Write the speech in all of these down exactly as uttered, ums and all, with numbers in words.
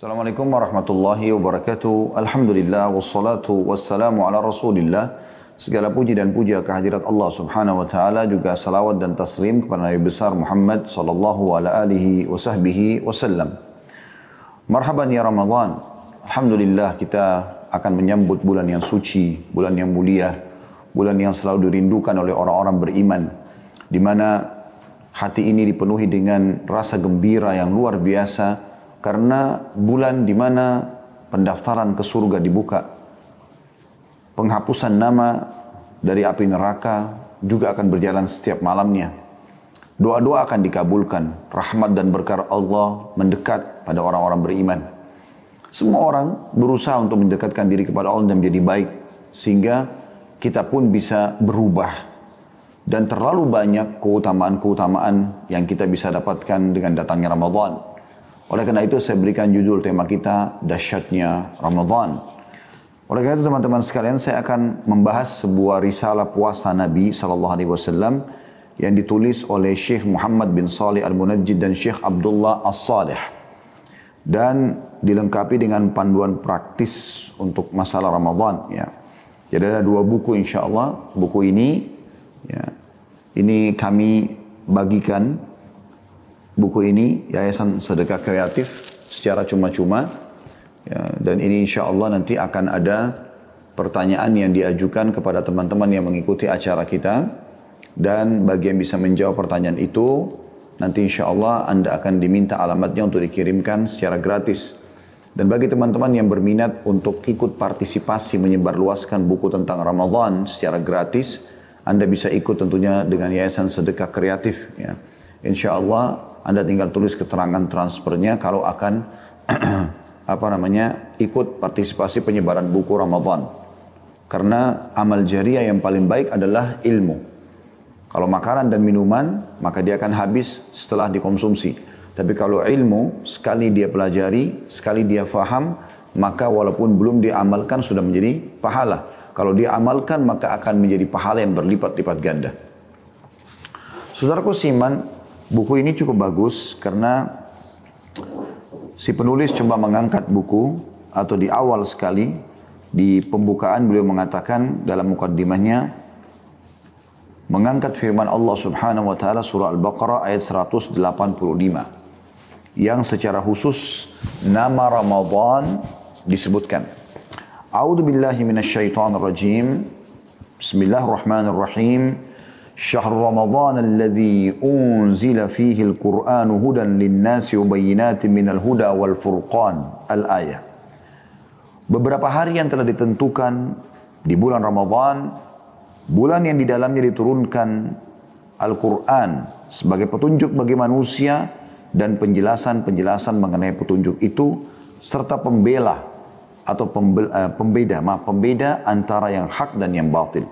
Assalamualaikum warahmatullahi wabarakatuh. Alhamdulillah wassalatu wassalamu ala Rasulillah. Segala puji dan puja kehadirat Allah Subhanahu wa taala, juga salawat dan taslim kepada Nabi besar Muhammad sallallahu ala alihi wa sahbihi wasallam. Marhaban ya Ramadan. Alhamdulillah kita akan menyambut bulan yang suci, bulan yang mulia, bulan yang selalu dirindukan oleh orang-orang beriman, di mana hati ini dipenuhi dengan rasa gembira yang luar biasa karena bulan di mana pendaftaran ke surga dibuka, penghapusan nama dari api neraka juga akan berjalan setiap malamnya. Doa-doa akan dikabulkan, rahmat dan berkah Allah mendekat pada orang-orang beriman. Semua orang berusaha untuk mendekatkan diri kepada Allah dan menjadi baik, sehingga kita pun bisa berubah. Dan terlalu banyak keutamaan-keutamaan yang kita bisa dapatkan dengan datangnya Ramadan. Oleh karena itu saya berikan judul tema kita, Dahsyatnya Ramadan. Oleh karena itu teman-teman sekalian, saya akan membahas sebuah risalah puasa Nabi shallallahu alaihi wasallam yang ditulis oleh Syekh Muhammad bin Salih Al-Munajjid dan Syekh Abdullah As-Salih. Dan dilengkapi dengan panduan praktis untuk masalah Ramadan. Ya. Jadi ada dua buku insya Allah. Buku ini, ya, ini kami bagikan. Buku ini Yayasan Sedekah Kreatif secara cuma-cuma, ya, dan ini insya Allah nanti akan ada pertanyaan yang diajukan kepada teman-teman yang mengikuti acara kita, dan bagi yang bisa menjawab pertanyaan itu nanti insya Allah Anda akan diminta alamatnya untuk dikirimkan secara gratis. Dan bagi teman-teman yang berminat untuk ikut partisipasi menyebarluaskan buku tentang Ramadan secara gratis, Anda bisa ikut tentunya dengan Yayasan Sedekah Kreatif, ya. Insya Allah Anda tinggal tulis keterangan transfernya kalau akan apa namanya ikut partisipasi penyebaran buku Ramadan. Karena amal jariah yang paling baik adalah ilmu. Kalau makanan dan minuman maka dia akan habis setelah dikonsumsi. Tapi kalau ilmu sekali dia pelajari, sekali dia faham, maka walaupun belum diamalkan sudah menjadi pahala. Kalau dia amalkan maka akan menjadi pahala yang berlipat-lipat ganda. Saudaraku siman, buku ini cukup bagus karena si penulis coba mengangkat buku, atau di awal sekali di pembukaan beliau mengatakan dalam mukaddimahnya mengangkat firman Allah Subhanahu wa taala surah Al-Baqarah ayat seratus delapan puluh lima yang secara khusus nama Ramadan disebutkan. A'udzu billahi minasyaitonir rajim. Bismillahirrahmanirrahim. Syahr Ramadan alladhi unzila fihi al-Qur'an hudan lin-nasi wa bayyinatin minal huda wal furqan. Al-ayah. Beberapa hari yang telah ditentukan di bulan Ramadan, bulan yang di dalamnya diturunkan Al-Quran sebagai petunjuk bagi manusia dan penjelasan-penjelasan mengenai petunjuk itu serta pembela atau pembeda, maaf, pembeda antara yang hak dan yang batil.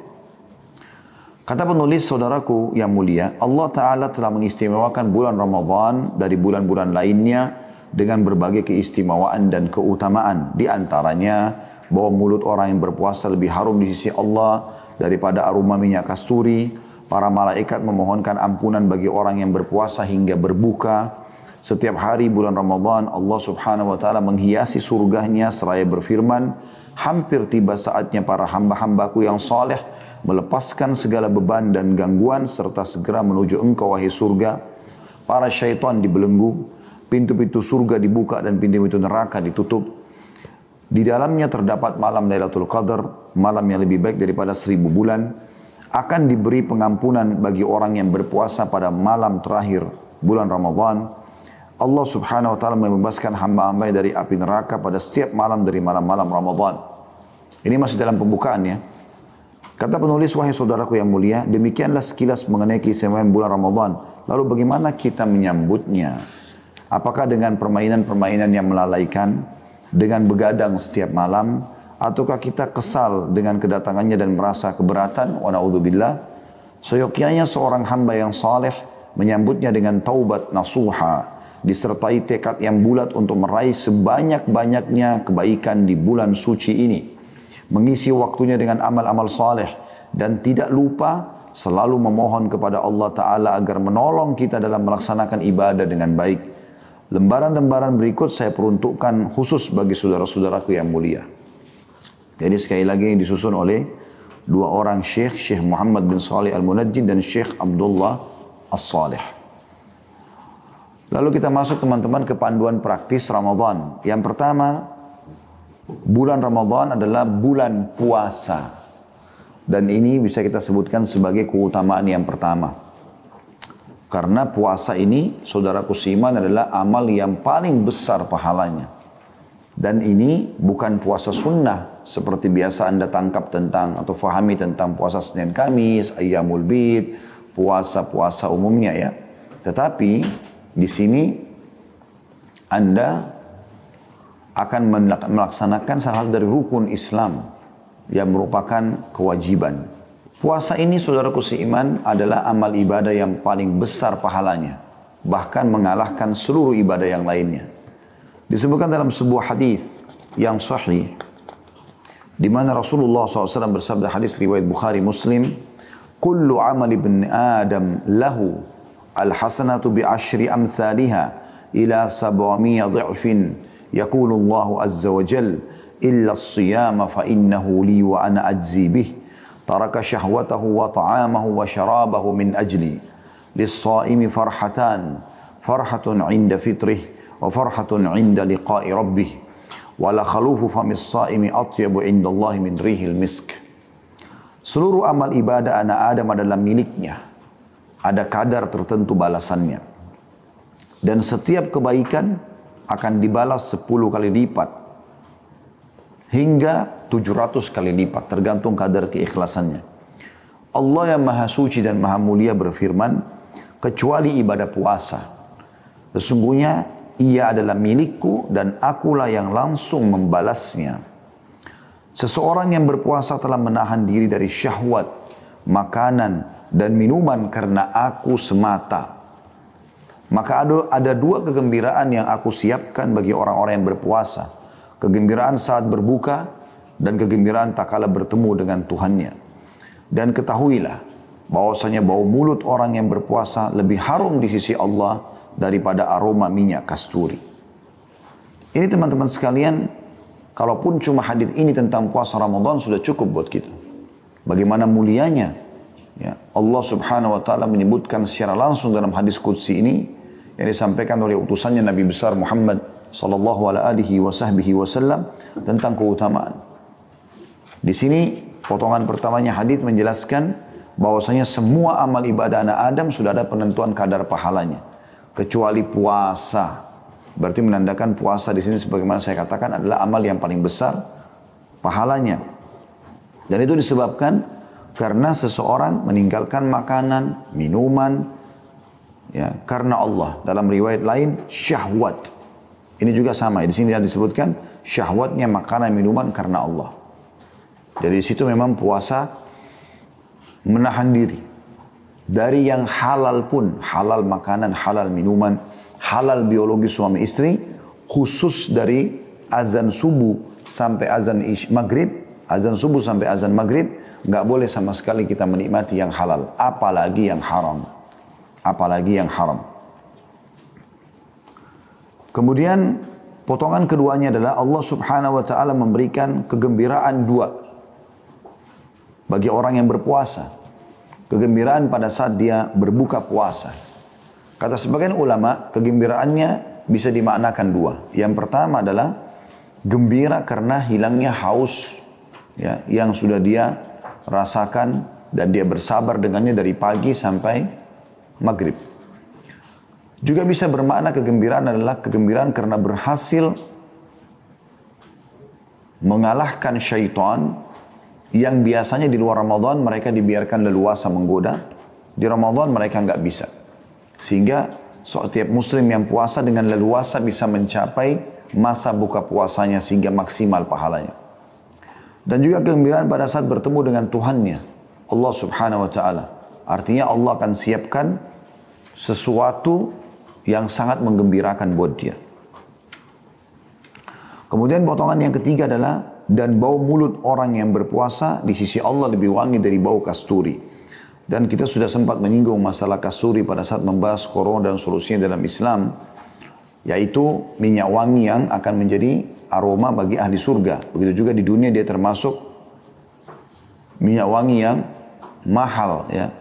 Kata penulis, saudaraku yang mulia, Allah Ta'ala telah mengistimewakan bulan Ramadan dari bulan-bulan lainnya dengan berbagai keistimewaan dan keutamaan. Di antaranya, bahwa mulut orang yang berpuasa lebih harum di sisi Allah daripada aroma minyak kasturi. Para malaikat memohonkan ampunan bagi orang yang berpuasa hingga berbuka. Setiap hari bulan Ramadan, Allah Subhanahu wa Ta'ala menghiasi surganya seraya berfirman, hampir tiba saatnya para hamba-hambaku yang saleh melepaskan segala beban dan gangguan serta segera menuju engkau wahai surga. Para syaitan dibelenggu, pintu-pintu surga dibuka dan pintu-pintu neraka ditutup. Di dalamnya terdapat malam Lailatul Qadar, malam yang lebih baik daripada seribu bulan. Akan diberi pengampunan bagi orang yang berpuasa pada malam terakhir bulan Ramadan. Allah Subhanahu wa Ta'ala membebaskan hamba-hamba dari api neraka pada setiap malam dari malam-malam Ramadan. Ini masih dalam pembukaannya. Kata penulis, wahai saudaraku yang mulia, demikianlah sekilas mengenai keistimewaan bulan Ramadan. Lalu bagaimana kita menyambutnya? Apakah dengan permainan-permainan yang melalaikan, dengan begadang setiap malam, ataukah kita kesal dengan kedatangannya dan merasa keberatan? Wa na'udzubillah. Seyogyanya seorang hamba yang saleh menyambutnya dengan taubat nasuha, disertai tekad yang bulat untuk meraih sebanyak-banyaknya kebaikan di bulan suci ini. Mengisi waktunya dengan amal-amal saleh dan tidak lupa selalu memohon kepada Allah Ta'ala agar menolong kita dalam melaksanakan ibadah dengan baik. lembaran-lembaran berikut saya peruntukkan khusus bagi saudara-saudaraku yang mulia. Jadi sekali lagi disusun oleh dua orang syekh, Syekh Muhammad bin Salih Al-Munajjid dan Syekh Abdullah As-Salih. Lalu kita masuk teman-teman ke panduan praktis Ramadan. Yang pertama, bulan Ramadan adalah bulan puasa. Dan ini bisa kita sebutkan sebagai keutamaan yang pertama. Karena puasa ini, saudaraku seiman, adalah amal yang paling besar pahalanya. Dan ini bukan puasa sunnah seperti biasa Anda tangkap tentang atau fahami tentang puasa Senin Kamis, Ayyamul Bid, puasa-puasa umumnya ya. Tetapi di sini Anda akan melaksanakan salah satu dari rukun Islam yang merupakan kewajiban. Puasa ini saudaraku seiman adalah amal ibadah yang paling besar pahalanya. Bahkan mengalahkan seluruh ibadah yang lainnya. Disebutkan dalam sebuah hadis yang sahih, di mana Rasulullah shallallahu alaihi wasallam bersabda, hadis riwayat Bukhari Muslim, "Kullu amal ibn Adam lahu al-hasanatu bi ashri amthaliha ila sab'amiya dhi'fin, yaqulu Allah azza wa jal, illa as-siyama fa innahu li wa ana ajzi bih, taraka syahwatahu wa ta'amahu wa syarabahu min ajli, lis-saimi farhatan, farhatun 'inda fitrih, wa farhatun 'inda liqa'i rabbih, wa la khalufu famis saimi atyabu 'inda Allah min rihil misk." Seluruh amal ibadah anak Adam adalah miliknya. Ada kadar tertentu balasannya. Dan setiap kebaikan akan dibalas sepuluh kali lipat. Hingga tujuh ratus kali lipat. Tergantung kadar keikhlasannya. Allah yang maha suci dan maha mulia berfirman, kecuali ibadah puasa. Sesungguhnya ia adalah milikku dan akulah yang langsung membalasnya. Seseorang yang berpuasa telah menahan diri dari syahwat, makanan, dan minuman karena aku semata. Maka ada, ada dua kegembiraan yang aku siapkan bagi orang-orang yang berpuasa. Kegembiraan saat berbuka dan kegembiraan tak kala bertemu dengan Tuhannya. Dan ketahuilah bahwasanya bau mulut orang yang berpuasa lebih harum di sisi Allah daripada aroma minyak kasturi. Ini teman-teman sekalian, kalaupun cuma hadis ini tentang puasa Ramadan sudah cukup buat kita. Bagaimana mulianya ya, Allah subhanahu wa ta'ala menyebutkan secara langsung dalam hadis qudsi ini yang disampaikan oleh utusannya Nabi besar Muhammad sallallahu alaihi wasallam tentang keutamaan. Di sini potongan pertamanya hadis menjelaskan bahwasanya semua amal ibadah anak Adam sudah ada penentuan kadar pahalanya. Kecuali puasa. Berarti menandakan puasa di sini sebagaimana saya katakan adalah amal yang paling besar pahalanya. Dan itu disebabkan karena seseorang meninggalkan makanan, minuman ya, karena Allah. Dalam riwayat lain syahwat. Ini juga sama. Di sini disebutkan syahwatnya makanan, minuman karena Allah. Jadi di situ memang puasa menahan diri. Dari yang halal pun, halal makanan, halal minuman, halal biologi suami istri, khusus dari azan subuh sampai azan ish, maghrib, azan subuh sampai azan maghrib, nggak boleh sama sekali kita menikmati yang halal, apalagi yang haram, apalagi yang haram. Kemudian potongan keduanya adalah Allah subhanahu wa ta'ala memberikan kegembiraan dua bagi orang yang berpuasa. Kegembiraan pada saat dia berbuka puasa. Kata sebagian ulama, kegembiraannya bisa dimaknakan dua. Yang pertama adalah gembira karena hilangnya haus ya, yang sudah dia rasakan dan dia bersabar dengannya dari pagi sampai maghrib. Juga bisa bermakna kegembiraan adalah kegembiraan karena berhasil mengalahkan syaitan yang biasanya di luar Ramadan mereka dibiarkan leluasa menggoda, di Ramadan mereka nggak bisa. Sehingga setiap muslim yang puasa dengan leluasa bisa mencapai masa buka puasanya sehingga maksimal pahalanya. Dan juga kegembiraan pada saat bertemu dengan Tuhannya, Allah subhanahu wa ta'ala. Artinya Allah akan siapkan sesuatu yang sangat menggembirakan buat dia. Kemudian potongan yang ketiga adalah dan bau mulut orang yang berpuasa di sisi Allah lebih wangi dari bau kasturi. Dan kita sudah sempat menyinggung masalah kasturi pada saat membahas corona dan solusinya dalam Islam. yaitu minyak wangi yang akan menjadi aroma bagi ahli surga. Begitu juga di dunia dia termasuk minyak wangi yang mahal, ya.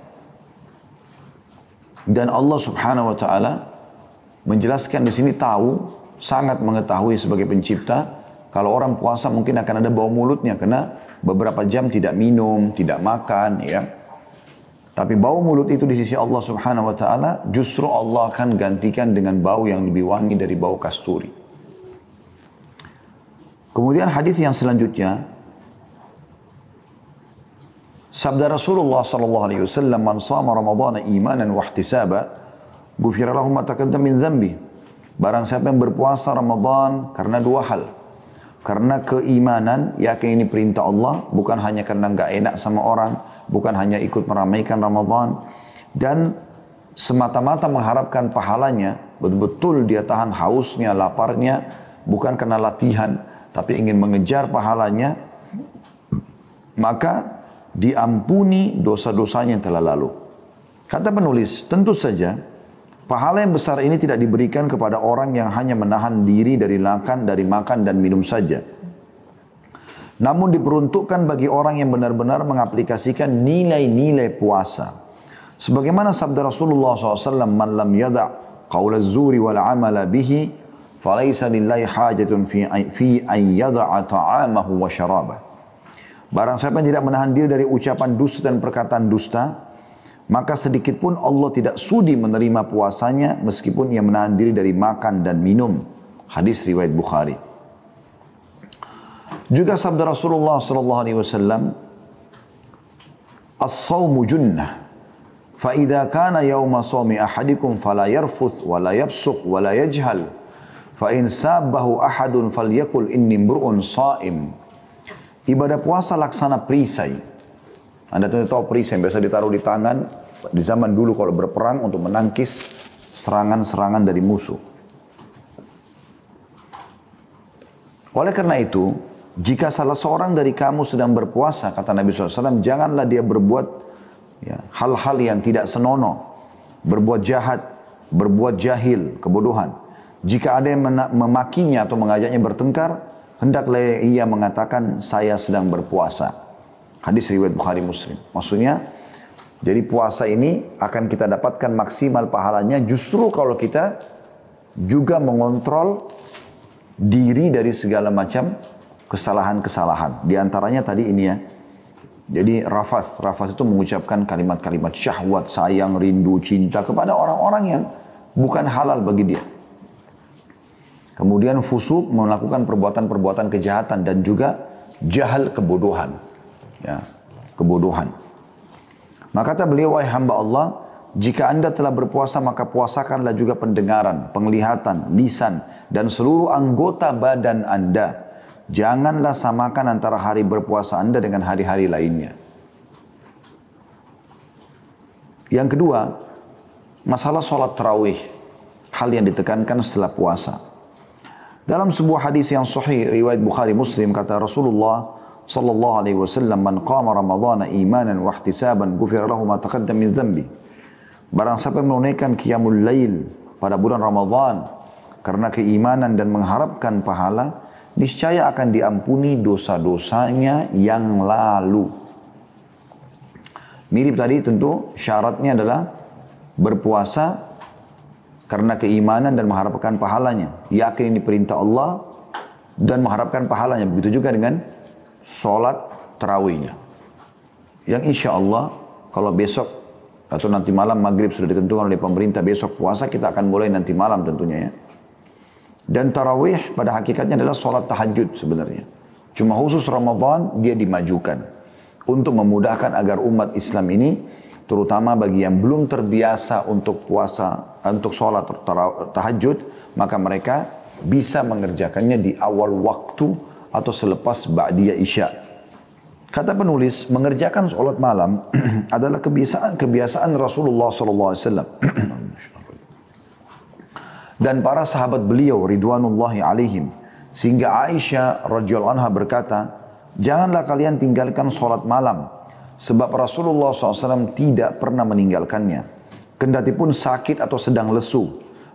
Dan Allah Subhanahu wa taala menjelaskan di sini tahu, sangat mengetahui sebagai pencipta, kalau orang puasa mungkin akan ada bau mulutnya karena beberapa jam tidak minum, tidak makan, ya. Tapi bau mulut itu di sisi Allah Subhanahu wa taala justru Allah akan gantikan dengan bau yang lebih wangi dari bau kasturi. Kemudian hadis yang selanjutnya, sabda Rasulullah sallallahu alaihi wasallam, "Man shama Ramadhana imanan wa ihtisaba, ghufira lahu ma taqaddama min dhanbi." Barang siapa yang berpuasa Ramadan karena dua hal. Karena keimanan, yakin ini perintah Allah, bukan hanya karena enggak enak sama orang, bukan hanya ikut meramaikan Ramadan, dan semata-mata mengharapkan pahalanya, betul-betul dia tahan hausnya, laparnya, bukan karena latihan, tapi ingin mengejar pahalanya, maka diampuni dosa-dosanya yang telah lalu. Kata penulis, tentu saja pahala yang besar ini tidak diberikan kepada orang yang hanya menahan diri dari makan, dari makan dan minum saja. Namun diperuntukkan bagi orang yang benar-benar mengaplikasikan nilai-nilai puasa. Sebagaimana sabda Rasulullah shallallahu alaihi wasallam, "Man lam yada' qawla az-zuri wal 'amala bihi, falaysa lillahi hajatun fi fi an yada'a ta'amahu wa syarabah." Barang siapa yang tidak menahan diri dari ucapan dusta dan perkataan dusta, maka sedikit pun Allah tidak sudi menerima puasanya meskipun ia menahan diri dari makan dan minum. Hadis riwayat Bukhari. Juga sabda Rasulullah sallallahu alaihi wasallam, "As-shawmu junnah, fa idza kana yawma shawmi ahadikum fala yarfuth wa la yabsuq wa la yajhal, fa in sabahu ahadun falyakul inni imru'un sha'im." Ibadah puasa laksana perisai. Anda tentu tahu perisai yang biasa ditaruh di tangan di zaman dulu kalau berperang untuk menangkis serangan-serangan dari musuh. Oleh karena itu, jika salah seorang dari kamu sedang berpuasa, kata Nabi shallallahu alaihi wasallam, janganlah dia berbuat ya, hal-hal yang tidak senonoh, berbuat jahat, berbuat jahil, kebodohan. Jika ada yang memakinya atau mengajaknya bertengkar, hendaklah ia mengatakan, saya sedang berpuasa. Hadis riwayat Bukhari Muslim. Maksudnya, jadi puasa ini akan kita dapatkan maksimal pahalanya justru kalau kita juga mengontrol diri dari segala macam kesalahan-kesalahan. Di antaranya tadi ini ya. Jadi rafath. Rafath itu mengucapkan kalimat-kalimat syahwat, sayang, rindu, cinta kepada orang-orang yang bukan halal bagi dia. Kemudian fusuk, melakukan perbuatan-perbuatan kejahatan dan juga jahal, kebodohan. Ya, kebodohan. Maka kata beliau, wahai hamba Allah, jika anda telah berpuasa maka puasakanlah juga pendengaran, penglihatan, lisan dan seluruh anggota badan anda. Janganlah samakan antara hari berpuasa anda dengan hari-hari lainnya. Yang kedua, masalah sholat tarawih, hal yang ditekankan setelah puasa. Dalam sebuah hadis yang sahih riwayat Bukhari Muslim, kata Rasulullah sallallahu alaihi wasallam, "Man qama Ramadhana imanan wa ihtisaban ghufira lahu ma taqaddama min dhanbi." Barang siapa menunaikan qiyamul lail pada bulan Ramadan karena keimanan dan mengharapkan pahala, niscaya akan diampuni dosa-dosanya yang lalu. Mirip tadi, tentu syaratnya adalah berpuasa karena keimanan dan mengharapkan pahalanya. Yakin ini perintah Allah dan mengharapkan pahalanya. Begitu juga dengan sholat tarawihnya. Yang insya Allah kalau besok atau nanti malam maghrib sudah ditentukan oleh pemerintah, besok puasa kita akan mulai nanti malam tentunya ya. Dan tarawih pada hakikatnya adalah sholat tahajud sebenarnya. Cuma khusus Ramadan dia dimajukan untuk memudahkan agar umat Islam ini, terutama bagi yang belum terbiasa untuk puasa, untuk sholat tahajud, maka mereka bisa mengerjakannya di awal waktu atau selepas ba'diyah isya. Kata penulis, mengerjakan sholat malam adalah kebiasaan kebiasaan Rasulullah sallallahu alaihi wasallam dan para sahabat beliau ridwanullahi alaihim, sehingga Aisyah radhiyallahu anha berkata, janganlah kalian tinggalkan sholat malam, sebab Rasulullah shallallahu alaihi wasallam tidak pernah meninggalkannya, kendati pun sakit atau sedang lesu.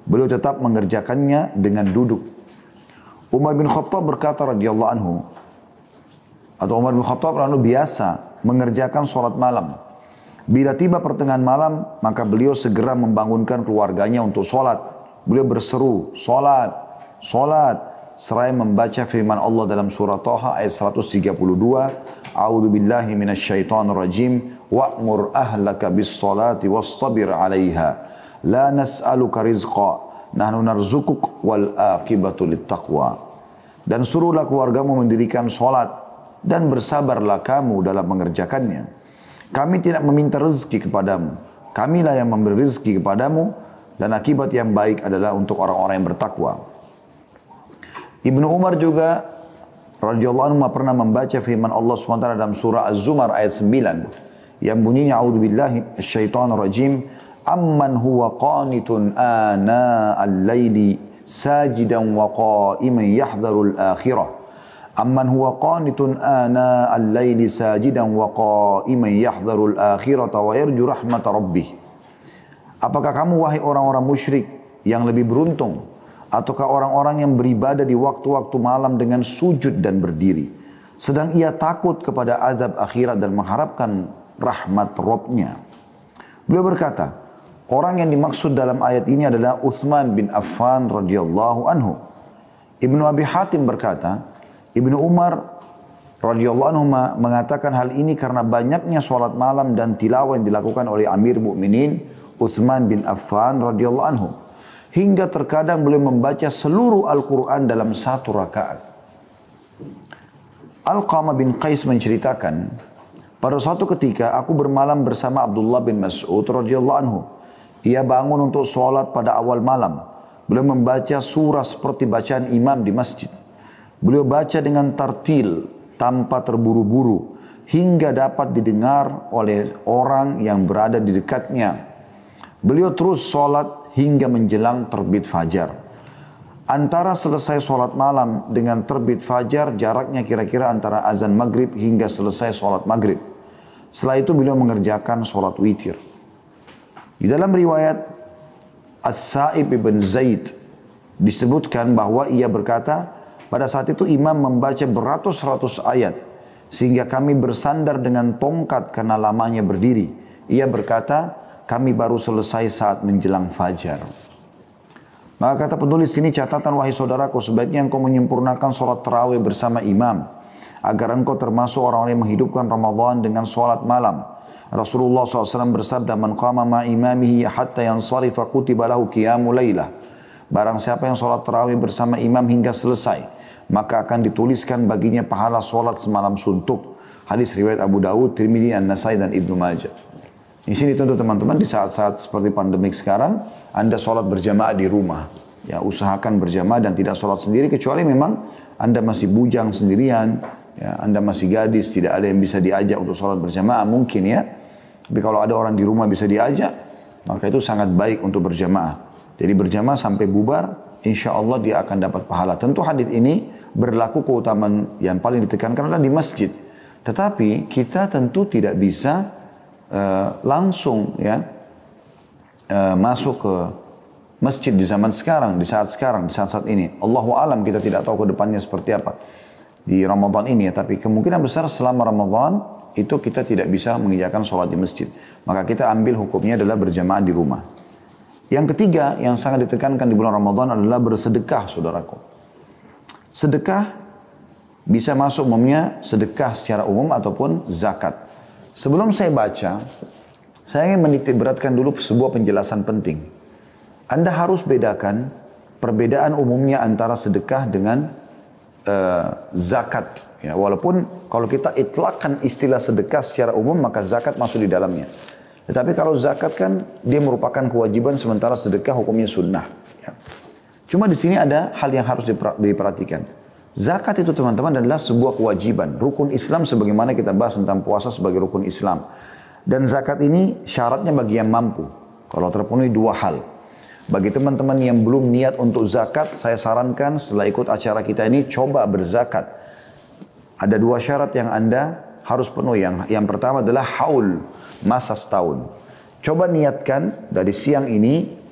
Beliau tetap mengerjakannya dengan duduk. Umar bin Khattab berkata radhiyallahu anhu, atau Umar bin Khattab lalu biasa mengerjakan sholat malam. Bila tiba pertengahan malam, maka beliau segera membangunkan keluarganya untuk sholat. Beliau berseru, sholat, sholat, seraya membaca firman Allah dalam surah Taha ayat seratus tiga puluh dua, A'udzu billahi minasyaitonir rajim, wa'mur ahlaka bis sholati wastabir 'alaiha, la nas'aluka rizqa, nahnu narzukuk wal aqibatu littaqwa. Dan suruhlah keluargamu mendirikan sholat dan bersabarlah kamu dalam mengerjakannya. Kami tidak meminta rezeki kepadamu. Kamilah yang memberi rezeki kepadamu dan akibat yang baik adalah untuk orang-orang yang bertakwa. Ibnu Umar juga radhiyallahu anhu pernah membaca firman Allah subhanahu wa taala dalam surah Az-Zumar ayat sembilan yang bunyinya a'udzubillahi minasyaitonir rajim, amman huwa qanitun ana al-laili sajidan wa qa'iman yahdharul akhirah. Amman huwa qanitun ana al-laili sajidan wa qa'iman yahdharul akhirata wa yarju rahmata rabbih. Apakah kamu wahai orang-orang musyrik yang lebih beruntung, ataukah orang-orang yang beribadah di waktu-waktu malam dengan sujud dan berdiri, sedang ia takut kepada azab akhirat dan mengharapkan rahmat Rabb-Nya? Beliau berkata, orang yang dimaksud dalam ayat ini adalah Uthman bin Affan radhiyallahu anhu. Ibnu Abi Hatim berkata, Ibnu Umar radhiyallahu anhu mengatakan hal ini karena banyaknya sholat malam dan tilawah yang dilakukan oleh Amir Mukminin Uthman bin Affan radhiyallahu anhu. Hingga terkadang beliau membaca seluruh Al-Quran dalam satu rakaat. Alqamah bin Qais menceritakan, pada suatu ketika aku bermalam bersama Abdullah bin Mas'ud radhiyallahu anhu. Ia bangun untuk sholat pada awal malam. Beliau membaca surah seperti bacaan imam di masjid. Beliau baca dengan tartil tanpa terburu-buru hingga dapat didengar oleh orang yang berada di dekatnya. Beliau terus sholat hingga menjelang terbit fajar. Antara selesai sholat malam dengan terbit fajar jaraknya kira-kira antara azan maghrib hingga selesai sholat maghrib. Setelah itu beliau mengerjakan sholat witir. Di dalam riwayat As-Sa'ib ibn Zaid disebutkan bahwa ia berkata, pada saat itu imam membaca beratus-ratus ayat sehingga kami bersandar dengan tongkat karena lamanya berdiri. Ia berkata, kami baru selesai saat menjelang fajar. Maka kata penulis ini, catatan wahai saudaraku, sebaiknya engkau menyempurnakan sholat tarawih bersama imam agar engkau termasuk orang-orang yang menghidupkan Ramadan dengan sholat malam. Rasulullah shallallahu alaihi wasallam bersabda, man qama ma imamihi hatta yansarifa kutiba lahu qiyamul lailah. Barang siapa yang sholat tarawih bersama imam hingga selesai, maka akan dituliskan baginya pahala sholat semalam suntuk. Hadis riwayat Abu Dawud, Tirmidzi, An-Nasai dan Ibnu Majah. Di sini tentu teman-teman di saat-saat seperti pandemik sekarang, Anda sholat berjamaah di rumah. Ya, usahakan berjamaah dan tidak sholat sendiri kecuali memang Anda masih bujang sendirian, ya, Anda masih gadis, tidak ada yang bisa diajak untuk sholat berjamaah mungkin ya. Tapi kalau ada orang di rumah bisa diajak, maka itu sangat baik untuk berjamaah. Jadi berjamaah sampai bubar, insya Allah dia akan dapat pahala. Tentu hadis ini berlaku keutamaan yang paling ditekankan adalah di masjid. Tetapi kita tentu tidak bisa uh, langsung ya uh, masuk ke masjid di zaman sekarang, di saat sekarang, di saat-saat ini. Allahu alam, kita tidak tahu ke depannya seperti apa di Ramadan ini ya. Tapi kemungkinan besar selama Ramadan itu kita tidak bisa mengerjakan sholat di masjid. Maka kita ambil hukumnya adalah berjamaah di rumah. Yang ketiga yang sangat ditekankan di bulan Ramadan adalah bersedekah, saudaraku. Sedekah bisa masuk umumnya sedekah secara umum ataupun zakat. Sebelum saya baca, saya ingin menitik beratkan dulu sebuah penjelasan penting. Anda harus bedakan perbedaan umumnya antara sedekah dengan uh, zakat. Ya, walaupun kalau kita itlakkan istilah sedekah secara umum, maka zakat masuk di dalamnya. Tetapi kalau zakat kan dia merupakan kewajiban, sementara sedekah hukumnya sunnah. Ya. Cuma di sini ada hal yang harus diperhatikan. Zakat itu teman-teman adalah sebuah kewajiban, rukun Islam sebagaimana kita bahas tentang puasa sebagai rukun Islam. Dan zakat ini syaratnya bagi yang mampu. Kalau terpenuhi dua hal. Bagi teman-teman yang belum niat untuk zakat, saya sarankan setelah ikut acara kita ini coba berzakat. Ada dua syarat yang Anda harus penuhi. Yang, yang pertama adalah haul, masa setahun. Coba niatkan dari siang ini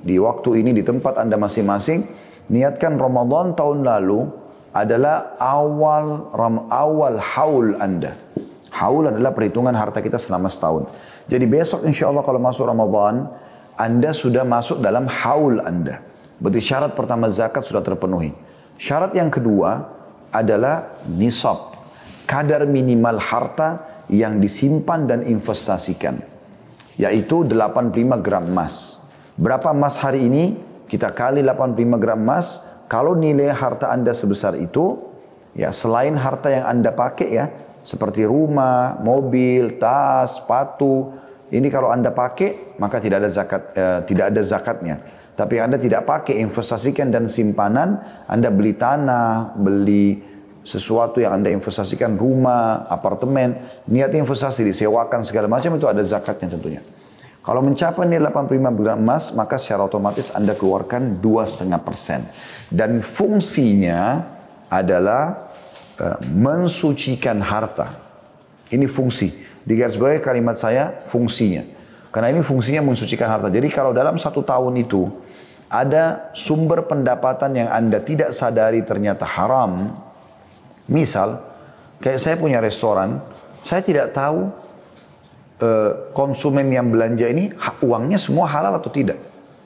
di waktu ini, di tempat Anda masing-masing, niatkan Ramadan tahun lalu adalah awal ram, awal haul Anda. Haul adalah perhitungan harta kita selama setahun. Jadi besok insya Allah kalau masuk Ramadan, Anda sudah masuk dalam haul Anda. Berarti syarat pertama zakat sudah terpenuhi. Syarat yang kedua adalah nisab. Kadar minimal harta yang disimpan dan investasikan. Yaitu delapan puluh lima gram emas. Berapa emas hari ini? Kita kali delapan puluh lima gram emas. Kalau nilai harta Anda sebesar itu, ya selain harta yang Anda pakai ya, seperti rumah, mobil, tas, sepatu, ini kalau Anda pakai maka tidak ada zakat, eh, tidak ada zakatnya. Tapi Anda tidak pakai, investasikan dan simpanan, Anda beli tanah, beli sesuatu yang Anda investasikan, rumah, apartemen, niat investasi disewakan segala macam itu ada zakatnya tentunya. Kalau mencapai nilai delapan puluh lima gram emas, maka secara otomatis Anda keluarkan dua koma lima persen. Dan fungsinya adalah uh, mensucikan harta. Ini fungsi. Di garis bawah kalimat saya, fungsinya. Karena ini fungsinya mensucikan harta. Jadi kalau dalam satu tahun itu, ada sumber pendapatan yang Anda tidak sadari ternyata haram. Misal, kayak saya punya restoran, saya tidak tahu konsumen yang belanja ini uangnya semua halal atau tidak.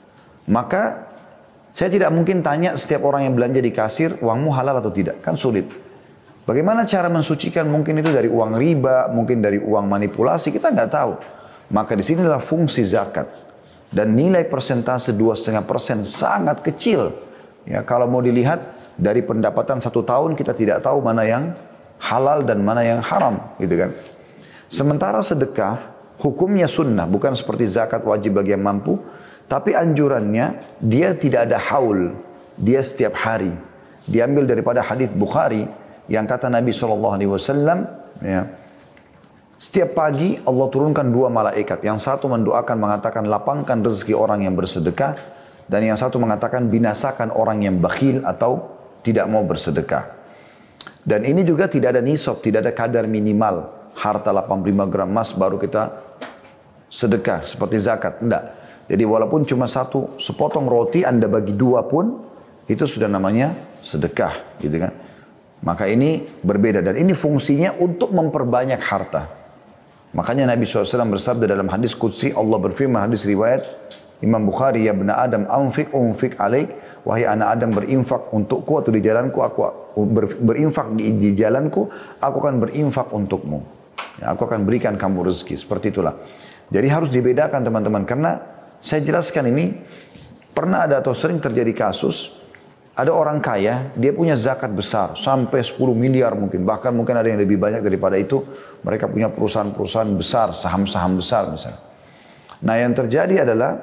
Maka saya tidak mungkin tanya setiap orang yang belanja di kasir uangmu halal atau tidak, kan sulit. Bagaimana cara mensucikan? Mungkin itu dari uang riba, mungkin dari uang manipulasi, kita nggak tahu. Maka di sini adalah fungsi zakat dan nilai persentase dua koma lima persen sangat kecil. Ya, kalau mau dilihat dari pendapatan satu tahun kita tidak tahu mana yang halal dan mana yang haram, gitu kan? Sementara sedekah, hukumnya sunnah, bukan seperti zakat wajib bagi yang mampu, tapi anjurannya, dia tidak ada haul, dia setiap hari. Diambil daripada hadis Bukhari, yang kata Nabi shallallahu alaihi wasallam, ya, setiap pagi Allah turunkan dua malaikat, yang satu mendoakan mengatakan lapangkan rezeki orang yang bersedekah, dan yang satu mengatakan binasakan orang yang bakhil atau tidak mau bersedekah. Dan ini juga tidak ada nisab, tidak ada kadar minimal. Harta delapan puluh lima gram emas baru kita sedekah seperti zakat. Enggak. Jadi walaupun cuma satu sepotong roti Anda bagi dua pun itu sudah namanya sedekah, gitu kan. Maka ini berbeda dan ini fungsinya untuk memperbanyak harta. Makanya Nabi shallallahu alaihi wasallam bersabda dalam hadis qudsi, Allah berfirman, hadis riwayat Imam Bukhari, ya bena Adam anfik unfik alaik, wahai anak Adam berinfak untukku atau di jalanku, aku ber, berinfak di, di jalanku, aku akan berinfak untukmu. Ya, aku akan berikan kamu rezeki. Seperti itulah. Jadi harus dibedakan teman-teman. Karena saya jelaskan ini, pernah ada atau sering terjadi kasus, ada orang kaya, dia punya zakat besar, sampai sepuluh miliar mungkin. Bahkan mungkin ada yang lebih banyak daripada itu. Mereka punya perusahaan-perusahaan besar, saham-saham besar misalnya. Nah yang terjadi adalah,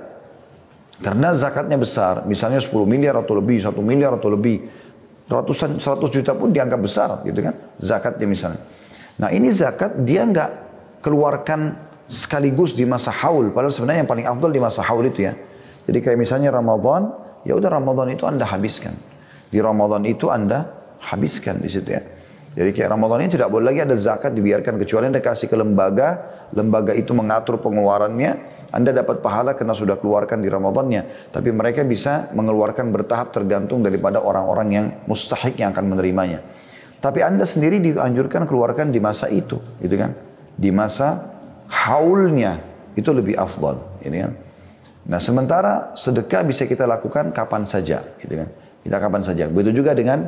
karena zakatnya besar, misalnya sepuluh miliar atau lebih, satu miliar atau lebih, ratusan, seratus juta pun dianggap besar gitu kan, zakatnya misalnya. Nah ini zakat dia nggak keluarkan sekaligus di masa haul. Padahal sebenarnya yang paling afdal di masa haul itu ya. Jadi kayak misalnya Ramadan, ya udah Ramadan itu Anda habiskan. Di Ramadan itu Anda habiskan di situ ya. Jadi kayak Ramadan ini tidak boleh lagi ada zakat dibiarkan kecuali Anda kasih ke lembaga, lembaga itu mengatur pengeluarannya. Anda dapat pahala karena sudah keluarkan di Ramadannya. Tapi mereka bisa mengeluarkan bertahap tergantung daripada orang-orang yang mustahik yang akan menerimanya. Tapi Anda sendiri dianjurkan keluarkan di masa itu, gitu kan? Di masa haulnya itu lebih afdal, ini kan? Nah, sementara sedekah bisa kita lakukan kapan saja, gitu kan? Kita kapan saja. Begitu juga dengan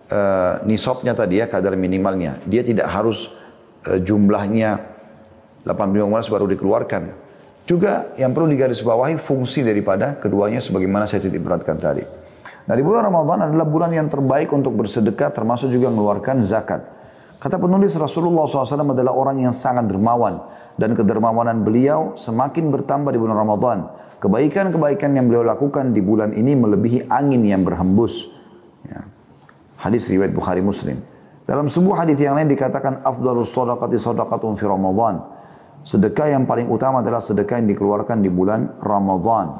uh, nisabnya tadi ya, kadar minimalnya. Dia tidak harus uh, jumlahnya delapan puluh lima baru dikeluarkan. Juga yang perlu digarisbawahi fungsi daripada keduanya sebagaimana saya titik beratkan tadi. Nah di bulan Ramadan adalah bulan yang terbaik untuk bersedekah termasuk juga mengeluarkan zakat. Kata penulis Rasulullah shallallahu alaihi wasallam adalah orang yang sangat dermawan. Dan kedermawanan beliau semakin bertambah di bulan Ramadan. Kebaikan-kebaikan yang beliau lakukan di bulan ini melebihi angin yang berhembus. Ya. Hadis riwayat Bukhari Muslim. Dalam sebuah hadis yang lain dikatakan afdalus shadaqati shadaqatun fi Ramadan. Sedekah yang paling utama adalah sedekah yang dikeluarkan di bulan Ramadan.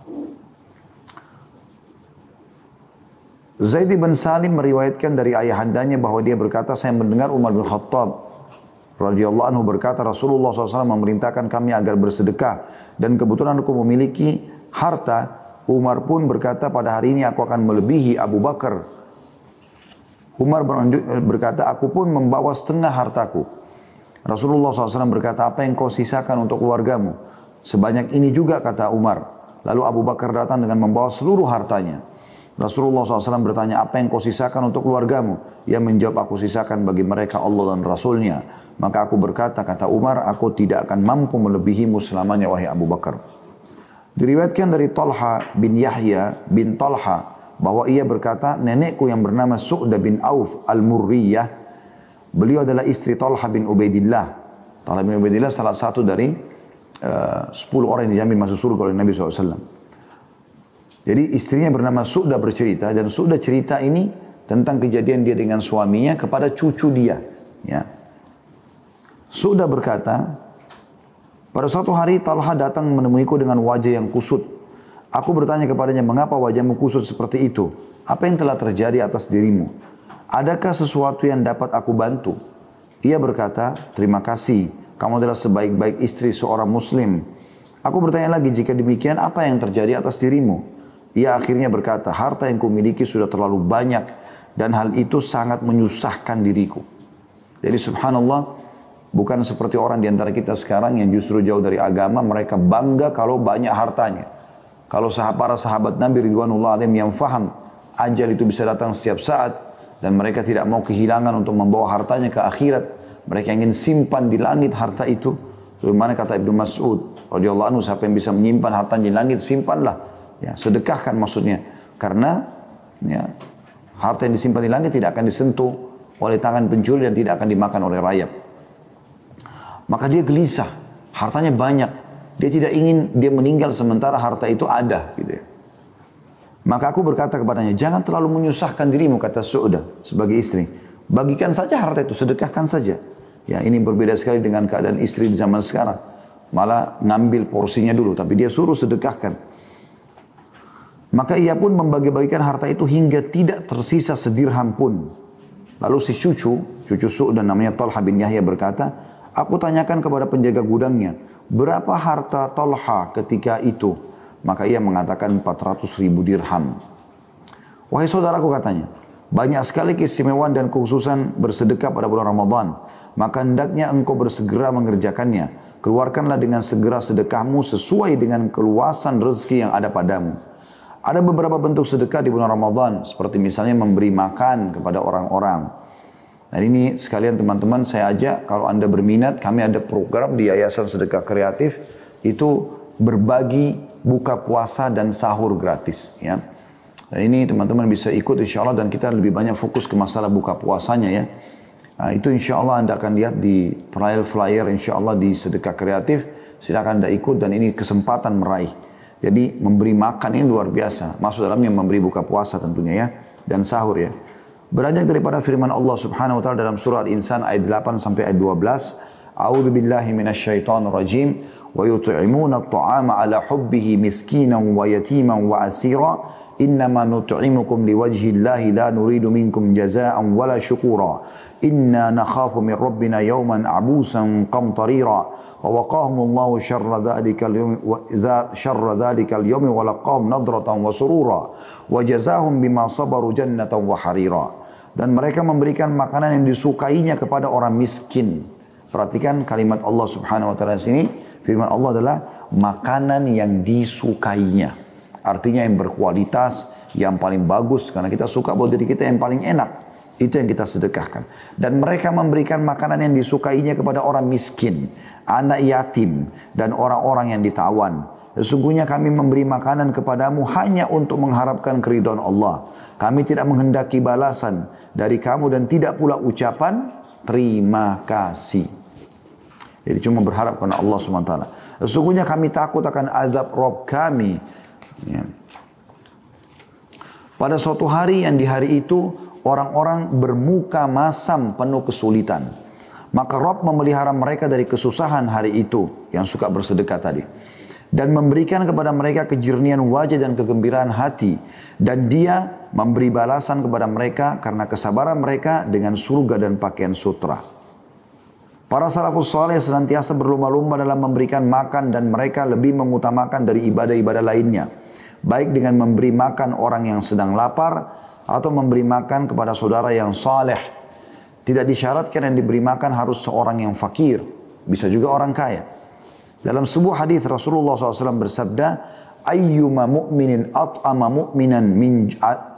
Zaid bin Salim meriwayatkan dari ayahandanya bahwa dia berkata, saya mendengar Umar bin Khattab radhiyallahu anhu berkata, Rasulullah shallallahu alaihi wasallam memerintahkan kami agar bersedekah dan kebetulan aku memiliki harta, Umar pun berkata, pada hari ini aku akan melebihi Abu Bakar. Umar berkata, aku pun membawa setengah hartaku. Rasulullah shallallahu alaihi wasallam berkata, apa yang kau sisakan untuk keluargamu? Sebanyak ini juga, kata Umar. Lalu Abu Bakar datang dengan membawa seluruh hartanya. Rasulullah shallallahu alaihi wasallam bertanya, apa yang kau sisakan untuk keluargamu? Ia menjawab, aku sisakan bagi mereka Allah dan Rasulnya. Maka aku berkata, kata Umar, aku tidak akan mampu melebihimu selamanya, wahai Abu Bakar. Diriwayatkan dari Talha bin Yahya bin Talha, bahwa ia berkata, nenekku yang bernama Su'da bin Auf al-Murriyah, beliau adalah istri Talha bin Ubaidillah. Talha bin Ubaidillah salah satu dari uh, sepuluh orang yang dijamin masuk surga oleh Nabi shallallahu alaihi wasallam. Jadi istrinya bernama Su'da bercerita, dan Su'da cerita ini tentang kejadian dia dengan suaminya kepada cucu dia. Ya. Su'da berkata, pada suatu hari Talha datang menemuiku dengan wajah yang kusut. Aku bertanya kepadanya, mengapa wajahmu kusut seperti itu? Apa yang telah terjadi atas dirimu? Adakah sesuatu yang dapat aku bantu? Ia berkata, terima kasih, kamu adalah sebaik-baik istri seorang muslim. Aku bertanya lagi, jika demikian apa yang terjadi atas dirimu? Ia akhirnya berkata, harta yang kumiliki sudah terlalu banyak dan hal itu sangat menyusahkan diriku. Jadi subhanallah, bukan seperti orang di antara kita sekarang yang justru jauh dari agama, mereka bangga kalau banyak hartanya. Kalau sahabat, para sahabat Nabi Ridwanullah alaihim yang faham ajal itu bisa datang setiap saat dan mereka tidak mau kehilangan untuk membawa hartanya ke akhirat, mereka ingin simpan di langit harta itu. Sebagaimana kata Ibnu Mas'ud radhiyallahu anhu, siapa yang bisa menyimpan hartanya di langit, simpanlah. Ya, sedekahkan maksudnya, karena ya, harta yang disimpan di langit tidak akan disentuh oleh tangan pencuri dan tidak akan dimakan oleh rayap. Maka dia gelisah, hartanya banyak, dia tidak ingin dia meninggal sementara harta itu ada, gitu ya. Maka aku berkata kepadanya, jangan terlalu menyusahkan dirimu, kata Su'da sebagai istri. Bagikan saja harta itu, sedekahkan saja. Ya, ini berbeda sekali dengan keadaan istri di zaman sekarang. Malah ngambil porsinya dulu, tapi dia suruh sedekahkan. Maka ia pun membagi-bagikan harta itu hingga tidak tersisa sedirham pun. Lalu si cucu, cucu Su'da namanya Talha bin Yahya berkata, aku tanyakan kepada penjaga gudangnya, berapa harta Talha ketika itu? Maka ia mengatakan empat ratus ribu dirham. Wahai saudaraku, katanya, banyak sekali keistimewaan dan kekhususan bersedekah pada bulan Ramadan. Maka hendaknya engkau bersegera mengerjakannya. Keluarkanlah dengan segera sedekahmu sesuai dengan keluasan rezeki yang ada padamu. Ada beberapa bentuk sedekah di bulan Ramadan, seperti misalnya memberi makan kepada orang-orang. Nah ini sekalian teman-teman saya ajak, kalau anda berminat, kami ada program di Yayasan Sedekah Kreatif, itu berbagi buka puasa dan sahur gratis. Ya. Dan ini teman-teman bisa ikut insya Allah, dan kita lebih banyak fokus ke masalah buka puasanya ya. Nah, itu insya Allah anda akan lihat di flyer-flyer insya Allah di Sedekah Kreatif, silakan anda ikut dan ini kesempatan meraih. Jadi memberi makan ini luar biasa. Masuk dalamnya memberi buka puasa tentunya ya. Dan sahur ya. Beranjak daripada firman Allah subhanahu wa ta'ala dalam surah Al-Insan ayat delapan sampai ayat dua belas. A'udhu billahi minasyaitonir rajim. Wa yut'imuna at-ta'ama ala hubbihi miskinan wa yatiman wa asira. Innama nut'imukum liwajhillahi la nuridu minkum jaza'an wala syukura. Inna nakhafu min rabbina yawman abusan qamtarira. ووقاهم الله شر ذلك اليوم شر ذلك اليوم ولقاهم نضرة وسرورا وجزاهم بما صبروا جنة وحريرا. Dan mereka memberikan makanan yang disukainya kepada orang miskin. Perhatikan kalimat Allah subhanahu wa ta'ala sini. Firman Allah adalah makanan yang disukainya. Artinya yang berkualitas, yang paling bagus. Karena kita suka buat diri kita yang paling enak. Itu yang kita sedekahkan. Dan mereka memberikan makanan yang disukainya kepada orang miskin, anak yatim, dan orang-orang yang ditawan. Sesungguhnya kami memberi makanan kepadamu hanya untuk mengharapkan keridhaan Allah. Kami tidak menghendaki balasan dari kamu dan tidak pula ucapan terima kasih. Jadi cuma berharap kepada Allah subhanahu wa taala. Sesungguhnya kami takut akan azab Rabb kami. Ya. Pada suatu hari yang di hari itu orang-orang bermuka masam penuh kesulitan. Maka Rabb memelihara mereka dari kesusahan hari itu yang suka bersedekah tadi. Dan memberikan kepada mereka kejernihan wajah dan kegembiraan hati. Dan dia memberi balasan kepada mereka karena kesabaran mereka dengan surga dan pakaian sutra. Para salafus saleh senantiasa berlomba-lomba dalam memberikan makan dan mereka lebih mengutamakan dari ibadah-ibadah lainnya. baik dengan memberi makan orang yang sedang lapar atau memberi makan kepada saudara yang saleh. Tidak disyaratkan yang diberi makan harus seorang yang fakir, bisa juga orang kaya. Dalam sebuah hadis Rasulullah shallallahu alaihi wasallam bersabda, ayyuma mu'minin at'ama mu'minan min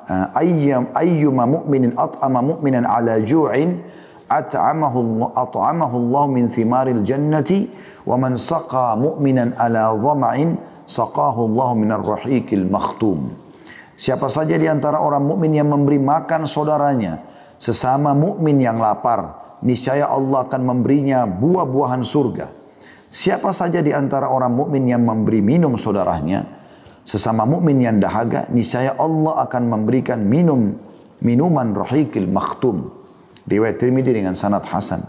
ayyam ayyuma mu'minin at'ama mu'minan ala ju'in at'amahu at'amahu Allah min thimaril jannati wa man saqa mu'minan ala dhama'in saqahu Allah min ar-rahiqil makhtum. Siapa saja di antara orang mukmin yang memberi makan saudaranya sesama mukmin yang lapar, niscaya Allah akan memberinya buah-buahan surga. Siapa saja di antara orang mukmin yang memberi minum saudaranya sesama mukmin yang dahaga, niscaya Allah akan memberikan minum minuman rahiqil makhtum. Riwayat Tirmidzi dengan sanad hasan.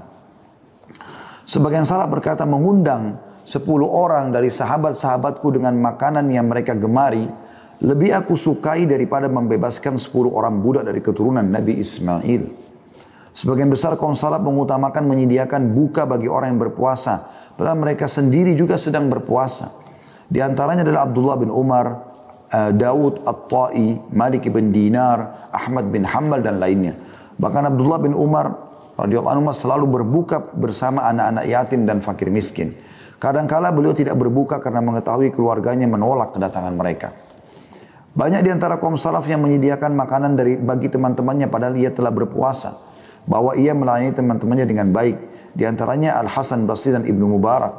Sebagian salaf berkata, mengundang sepuluh orang dari sahabat-sahabatku dengan makanan yang mereka gemari lebih aku sukai daripada membebaskan sepuluh orang budak dari keturunan Nabi Ismail. Sebagian besar kaum salaf mengutamakan menyediakan buka bagi orang yang berpuasa, padahal mereka sendiri juga sedang berpuasa. Di antaranya adalah Abdullah bin Umar, uh, Daud At-Ta'i, Malik bin Dinar, Ahmad bin Hanbal dan lainnya. Bahkan Abdullah bin Umar radhiyallahu anhu selalu berbuka bersama anak-anak yatim dan fakir miskin. Kadangkala beliau tidak berbuka karena mengetahui keluarganya menolak kedatangan mereka. Banyak di antara kaum salaf yang menyediakan makanan dari bagi teman-temannya padahal ia telah berpuasa, bahwa ia melayani teman-temannya dengan baik. Di antaranya Al-Hasan Basri dan Ibnu Mubarak.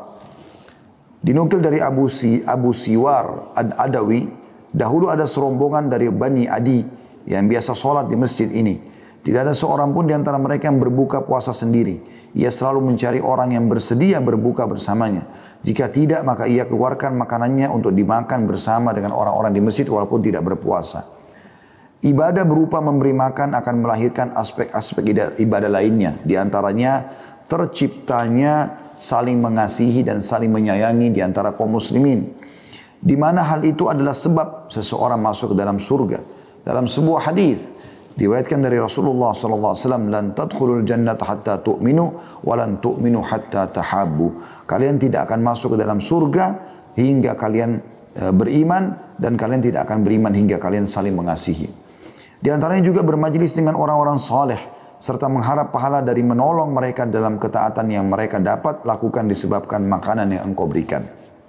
Dinukil dari Abu Si Abu Siwar Ad-Adawi, dahulu ada serombongan dari Bani Adi yang biasa sholat di masjid ini. Tidak ada seorang pun di antara mereka yang berbuka puasa sendiri. Ia selalu mencari orang yang bersedia berbuka bersamanya. Jika tidak, maka ia keluarkan makanannya untuk dimakan bersama dengan orang-orang di masjid walaupun tidak berpuasa. Ibadah berupa memberi makan akan melahirkan aspek-aspek ibadah lainnya. Di antaranya terciptanya saling mengasihi dan saling menyayangi di antara kaum muslimin. Di mana hal itu adalah sebab seseorang masuk ke dalam surga. Dalam sebuah hadis diriwayatkan dari Rasulullah sallallahu alaihi wasallam, lan tadkhulul jannata hatta tu'minu wa lan tu'minu hatta tahabbu. Kalian tidak akan masuk ke dalam surga hingga kalian e, beriman, dan kalian tidak akan beriman hingga kalian saling mengasihi. Di antaranya juga bermajlis dengan orang-orang saleh serta mengharap pahala dari menolong mereka dalam ketaatan yang mereka dapat lakukan disebabkan makanan yang engkau berikan.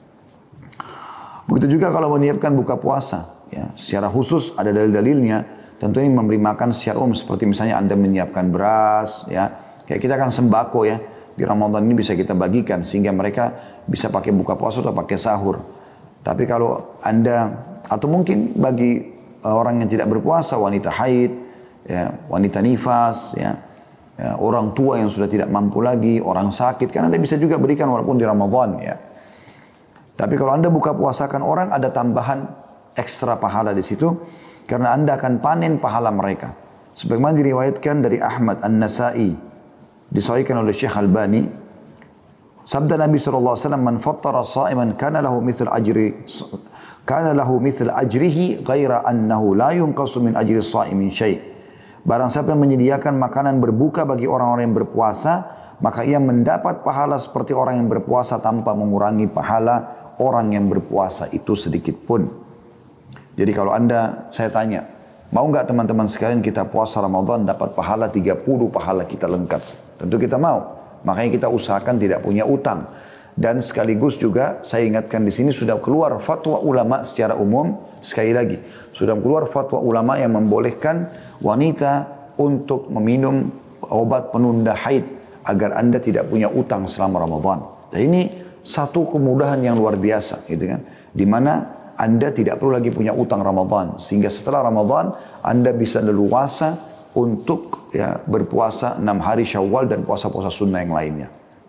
Begitu juga kalau menyiapkan buka puasa, ya, secara khusus ada dalil-dalilnya. Tentu ini memberi makan secara umum, seperti misalnya Anda menyiapkan beras, ya, kayak kita kan sembako ya, di Ramadan ini bisa kita bagikan sehingga mereka bisa pakai buka puasa atau pakai sahur. Tapi kalau Anda, atau mungkin bagi orang yang tidak berpuasa, wanita haid, ya, wanita nifas, ya, ya, orang tua yang sudah tidak mampu lagi, orang sakit, kan Anda bisa juga berikan walaupun di Ramadan, ya. Tapi kalau Anda buka puasakan orang, ada tambahan ekstra pahala di situ. Karena Anda akan panen pahala mereka. Sebagaimana diriwayatkan dari Ahmad An-Nasai, disahihkan oleh Syekh Albani, sabda Nabi sallallahu alaihi wasallam, man fattara sha'iman kana lahu mithl ajri kana lahu mithl ajrihi ghaira annahu la yunqasu min ajri sha'imin syai'. Barang siapa yang menyediakan makanan berbuka bagi orang-orang yang berpuasa, maka ia mendapat pahala seperti orang yang berpuasa tanpa mengurangi pahala orang yang berpuasa itu sedikit pun. Jadi kalau Anda, saya tanya, mau nggak teman-teman sekalian kita puasa Ramadan dapat pahala tiga puluh pahala kita lengkap? Tentu kita mau. Makanya kita usahakan tidak punya utang. Dan sekaligus juga saya ingatkan di sini sudah keluar fatwa ulama secara umum, sekali lagi, sudah keluar fatwa ulama yang membolehkan wanita untuk meminum obat penunda haid agar Anda tidak punya utang selama Ramadan. Dan ini satu kemudahan yang luar biasa, gitu kan? Di mana Anda tidak perlu lagi punya utang Ramadan, sehingga setelah Ramadan Anda bisa leluasa untuk ya, berpuasa enam hari Syawal dan puasa-puasa sunnah yang lainnya.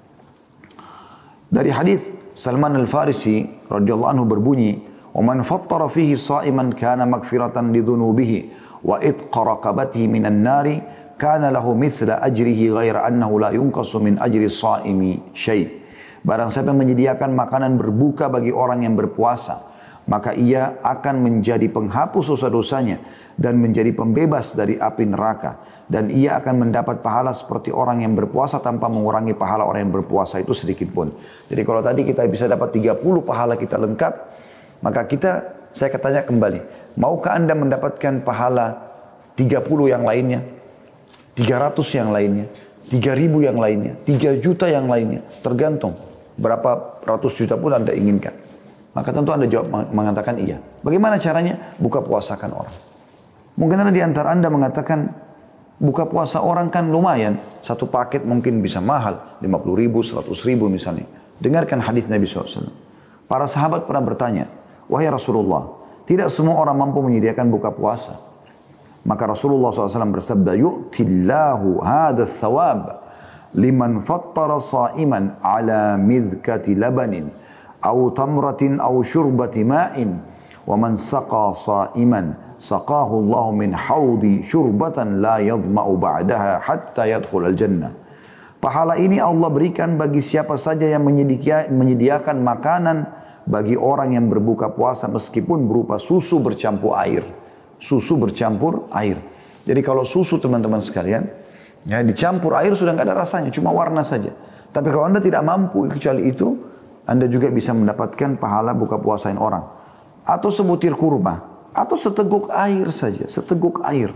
Dari hadis Salman Al-Farisi radhiyallahu anhu berbunyi, "Wa man fattara fihi sha'iman kana maghfiratan lidhunubihi wa itqa raqabatihi minan nari kana lahu mithla ajrihi ghaira annahu la yunqasu min ajri sha'imi syai'." Barang siapa menyediakan makanan berbuka bagi orang yang berpuasa, maka ia akan menjadi penghapus dosa-dosanya dan menjadi pembebas dari api neraka. Dan ia akan mendapat pahala seperti orang yang berpuasa tanpa mengurangi pahala orang yang berpuasa itu sedikit pun. Jadi kalau tadi kita bisa dapat tiga puluh pahala kita lengkap, maka kita saya tanya kembali, maukah Anda mendapatkan pahala tiga puluh yang lainnya, tiga ratus yang lainnya, tiga ribu yang lainnya, tiga juta yang lainnya, tergantung berapa ratus juta pun Anda inginkan. Maka tentu Anda jawab mengatakan iya. Bagaimana caranya? Buka puasakan orang. Mungkin ada di antara Anda mengatakan, buka puasa orang kan lumayan, satu paket mungkin bisa mahal, lima puluh ribu, seratus ribu misalnya. Dengarkan hadis Nabi shallallahu alaihi wasallam. Para sahabat pernah bertanya, wahai Rasulullah, tidak semua orang mampu menyediakan buka puasa. Maka Rasulullah shallallahu alaihi wasallam bersabda, yu'tillahu hadha thawab liman fattara sa'iman ala midkati labanin au tamratin au syurbati ma'in wa man saqa sa'iman saqahu Allah min haudi syurbatan la yadma'u ba'daha hatta yadkhul al-jannah. Pahala ini Allah berikan bagi siapa saja yang menyediakan makanan bagi orang yang berbuka puasa meskipun berupa susu bercampur air. Susu bercampur air. Jadi kalau susu teman-teman sekalian, ya dicampur air sudah nggak ada rasanya, cuma warna saja. Tapi kalau Anda tidak mampu kecuali itu, Anda juga bisa mendapatkan pahala buka puasain orang. Atau sebutir kurma, atau seteguk air saja, seteguk air.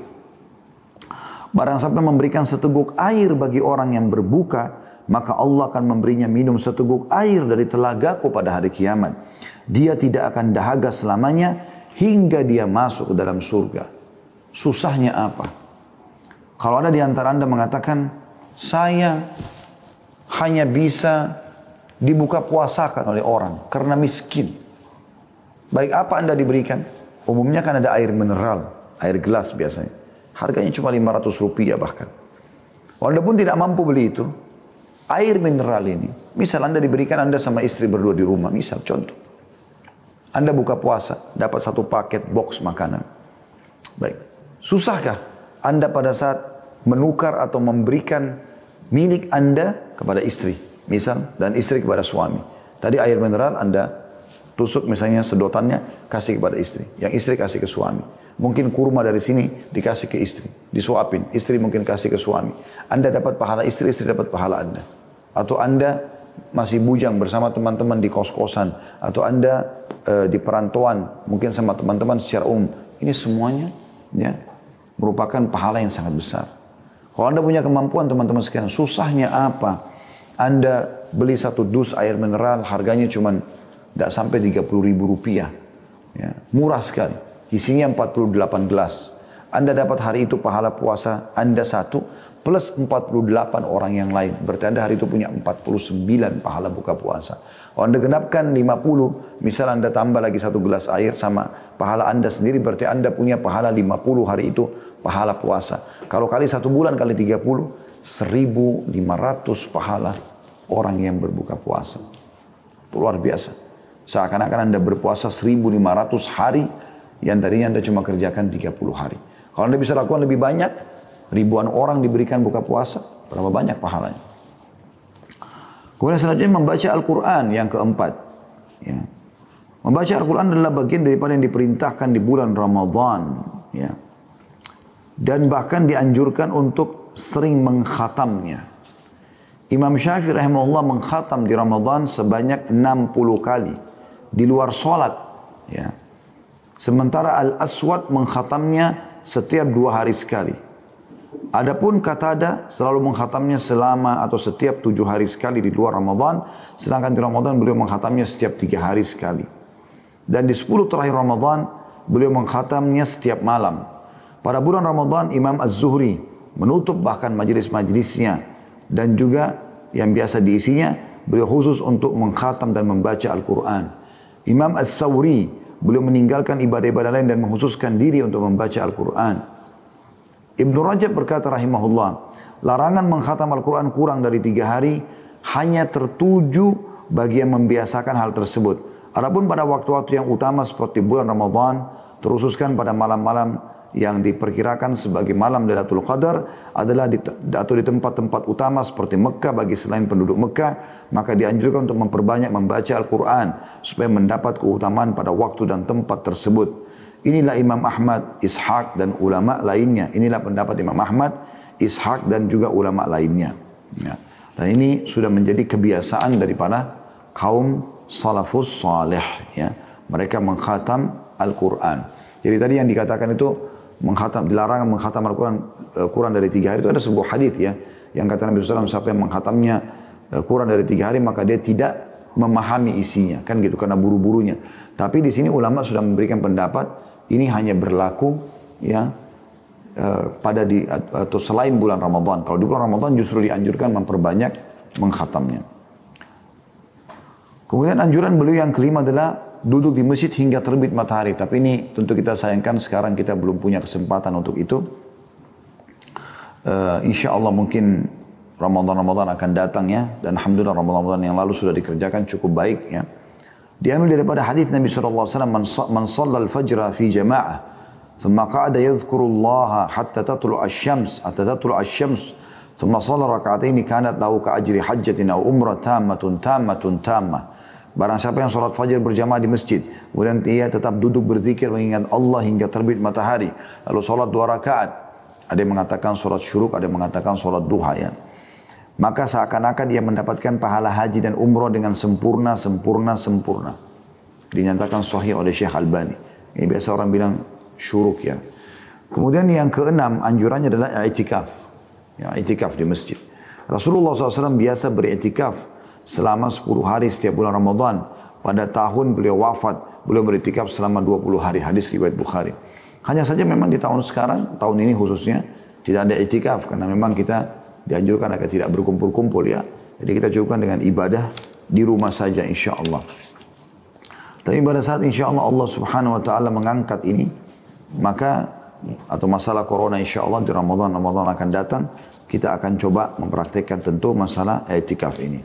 Barang siapa memberikan seteguk air bagi orang yang berbuka, maka Allah akan memberinya minum seteguk air dari telagaku pada hari kiamat. Dia tidak akan dahaga selamanya hingga dia masuk ke dalam surga. Susahnya apa? Kalau ada di antara Anda mengatakan, saya hanya bisa dibuka puasakan oleh orang karena miskin. Baik apa Anda diberikan? Umumnya kan ada air mineral, air gelas biasanya. Harganya cuma lima ratus rupiah bahkan. Kalau Anda pun tidak mampu beli itu, air mineral ini, misal Anda diberikan Anda sama istri berdua di rumah, misal contoh. Anda buka puasa, dapat satu paket box makanan. Baik, susahkah Anda pada saat menukar atau memberikan milik Anda kepada istri, misal, dan istri kepada suami. Tadi air mineral Anda tusuk misalnya sedotannya, kasih kepada istri. Yang istri kasih ke suami. Mungkin kurma dari sini dikasih ke istri, disuapin. Istri mungkin kasih ke suami. Anda dapat pahala istri, istri dapat pahala Anda. Atau Anda masih bujang bersama teman-teman di kos-kosan. Atau Anda e, di perantauan, mungkin sama teman-teman secara umum. Ini semuanya ya, merupakan pahala yang sangat besar. Kalau Anda punya kemampuan teman-teman sekalian, susahnya apa? Anda beli satu dus air mineral, harganya cuma tidak sampai tiga puluh ribu rupiah. Ya, murah sekali. Isinya empat puluh delapan gelas. Anda dapat hari itu pahala puasa Anda satu plus empat puluh delapan orang yang lain. Berarti Anda hari itu punya empat puluh sembilan pahala buka puasa. Kalau Anda genapkan lima puluh, misal Anda tambah lagi satu gelas air sama pahala Anda sendiri, berarti Anda punya pahala lima puluh hari itu pahala puasa. Kalau kali satu bulan kali tiga puluh, seribu lima ratus pahala orang yang berbuka puasa. Itu luar biasa. Seakan-akan Anda berpuasa seribu lima ratus hari yang tadinya Anda cuma kerjakan tiga puluh hari. Kalau Anda bisa lakukan lebih banyak, ribuan orang diberikan buka puasa, berapa banyak pahalanya. Kemudian selanjutnya membaca Al-Quran yang keempat. Ya. Membaca Al-Quran adalah bagian daripada yang diperintahkan di bulan Ramadan. Ya. Dan bahkan dianjurkan untuk sering mengkhatamnya. Imam Syafi'i rahimahullah mengkhatam di Ramadan sebanyak enam puluh kali. Di luar sholat. Ya. Sementara Al-Aswad mengkhatamnya setiap dua hari sekali. Adapun Qatadah selalu mengkhatamnya selama atau setiap tujuh hari sekali di luar Ramadan. Sedangkan di Ramadan beliau mengkhatamnya setiap tiga hari sekali. Dan di sepuluh terakhir Ramadan beliau mengkhatamnya setiap malam. Pada bulan Ramadan Imam Az-Zuhri menutup bahkan majelis-majelisnya. Dan juga yang biasa diisinya beliau khusus untuk mengkhatam dan membaca Al-Quran. Imam Ats-Tsawri beliau meninggalkan ibadah-ibadah lain dan mengkhususkan diri untuk membaca Al-Quran. Ibnu Rajab berkata rahimahullah, larangan mengkhatam Al-Quran kurang dari tiga hari hanya tertuju bagi yang membiasakan hal tersebut. Adapun pada waktu-waktu yang utama seperti bulan Ramadan, terkhususkan pada malam-malam yang diperkirakan sebagai malam Lailatul Qadar adalah di, atau di tempat-tempat utama seperti Mekah bagi selain penduduk Mekah, maka dianjurkan untuk memperbanyak membaca Al-Quran supaya mendapat keutamaan pada waktu dan tempat tersebut. Inilah Imam Ahmad, Ishaq dan ulama lainnya. Inilah pendapat Imam Ahmad, Ishaq dan juga ulama lainnya. Ya. Dan ini sudah menjadi kebiasaan daripada kaum salafus salih. Ya. Mereka mengkhatam Al-Quran. Jadi tadi yang dikatakan itu menghatam, dilarang menghatam Al-Quran uh, kurang dari tiga hari, itu ada sebuah hadis ya, yang kata Nabi shallallahu alaihi wasallam, siapa yang menghatamnya uh, kurang dari tiga hari maka dia tidak memahami isinya, kan gitu, karena buru-burunya. Tapi di sini ulama sudah memberikan pendapat ini hanya berlaku ya uh, pada di atau selain bulan Ramadan. Kalau di bulan Ramadan justru dianjurkan memperbanyak menghatamnya. Kemudian anjuran beliau yang kelima adalah duduk di masjid hingga terbit matahari. Tapi ini tentu kita sayangkan sekarang kita belum punya kesempatan untuk itu. Uh, insya Allah mungkin Ramadan-Ramadan akan datang ya. Dan Alhamdulillah Ramadan-Ramadan yang lalu sudah dikerjakan cukup baik ya. Diambil daripada hadis Nabi shallallahu alaihi wasallam, man shalla al-fajra fi jama'ah, thumma qa'ada yadhkurullaha hatta tatlu'a asy-syams, hatta tatlu'a asy-syams, thumma shalla raka'ataini kanat lahu ka ajri hajjatin aw umrah tammatun tammatun tammah. Barang siapa yang sholat fajar berjamaah di masjid, kemudian ia tetap duduk berzikir mengingat Allah hingga terbit matahari, lalu sholat dua rakaat, ada yang mengatakan sholat syuruk, ada yang mengatakan sholat duha ya, maka seakan-akan dia mendapatkan pahala haji dan umrah dengan sempurna, sempurna, sempurna. Dinyatakan sahih oleh Syekh Albani. Ini biasa orang bilang syuruk ya. Kemudian yang keenam anjurannya adalah i'tikaf. Ya, i'tikaf di masjid. Rasulullah shallallahu alaihi wasallam biasa beriktikaf selama sepuluh hari setiap bulan Ramadan. Pada tahun beliau wafat, beliau beriktikaf selama dua puluh hari. Hadis riwayat Bukhari. Hanya saja memang di tahun sekarang, tahun ini khususnya, tidak ada i'tikaf. Karena memang kita dianjurkan agar tidak berkumpul-kumpul ya. Jadi kita cukupkan dengan ibadah di rumah saja insya Allah. Tapi pada saat insya Allah Allah subhanahu wa ta'ala mengangkat ini, maka atau masalah corona insya Allah di Ramadan, Ramadan akan datang, kita akan coba mempraktekkan tentu masalah i'tikaf ini.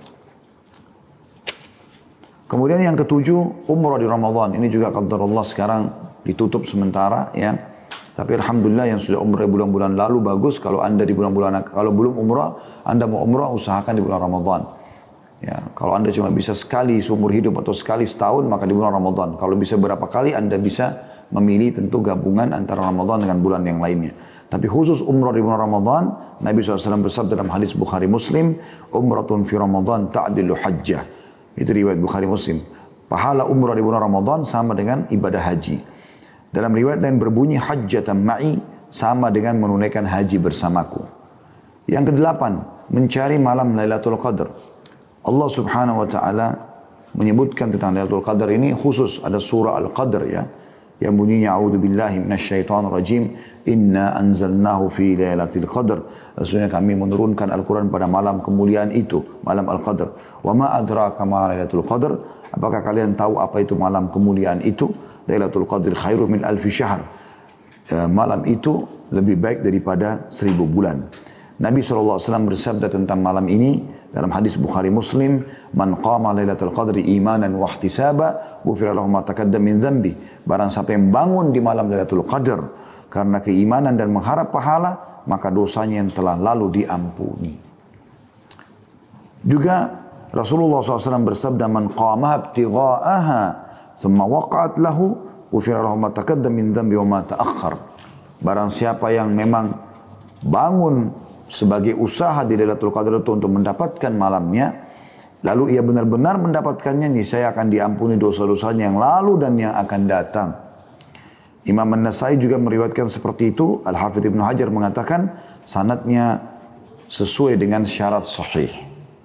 Kemudian yang ketujuh, umrah di Ramadan. Ini juga qadarullah sekarang ditutup sementara ya. Tapi alhamdulillah yang sudah umrah bulan-bulan lalu bagus. Kalau anda di bulan-bulan, kalau belum umrah, anda mau umrah usahakan di bulan Ramadan. Ya, kalau anda cuma bisa sekali seumur hidup atau sekali setahun, maka di bulan Ramadan. Kalau bisa berapa kali, anda bisa memilih tentu gabungan antara Ramadan dengan bulan yang lainnya. Tapi khusus umrah di bulan Ramadan, Nabi shallallahu alaihi wasallam bersabda dalam hadis Bukhari Muslim, umratun fi Ramadan ta'dilu hajjah. Itu riwayat Bukhari Muslim. Pahala umrah di bulan Ramadan sama dengan ibadah haji. Dalam riwayat lain berbunyi hajjatan ma'i, sama dengan menunaikan haji bersamaku. Yang kedelapan, mencari malam Lailatul Qadar. Allah Subhanahu wa taala menyebutkan tentang Lailatul Qadar ini khusus, ada surah Al-Qadr ya, yang bunyinya a'udzubillahi minasyaitonir rajim, inna anzalnahu fi lailatul qadar. Sesungguhnya kami menurunkan Al-Quran pada malam kemuliaan itu, malam Al-Qadr. Wa ma adraka ma lailatul qadar? Apakah kalian tahu apa itu malam kemuliaan itu? Lailatul Qadr khairu min alfi syahr. Malam itu lebih baik daripada seribu bulan. Nabi shallallahu alaihi wasallam bersabda tentang malam ini dalam hadis Bukhari Muslim, man qama lailatul qadri imanan wa ihtisaba ghufira lahu ma taqaddama min dhanbi. Barang siapa yang bangun di malam Lailatul Qadar karena keimanan dan mengharap pahala, maka dosanya yang telah lalu diampuni. Juga Rasulullah shallallahu alaihi wasallam bersabda, man qama ibtigha'aha thumma waqa'at lahu ghufira lahu ma taqaddama min dhanbi wa ma ta'akhkhar. Barang siapa yang memang bangun sebagai usaha di Lailatul Qadar itu untuk mendapatkan malamnya, lalu ia benar-benar mendapatkannya, niscaya akan diampuni dosa-dosanya yang lalu dan yang akan datang. Imam An-Nasai juga meriwayatkan seperti itu. Al-Hafidh Ibnu Hajar mengatakan sanadnya sesuai dengan syarat sahih.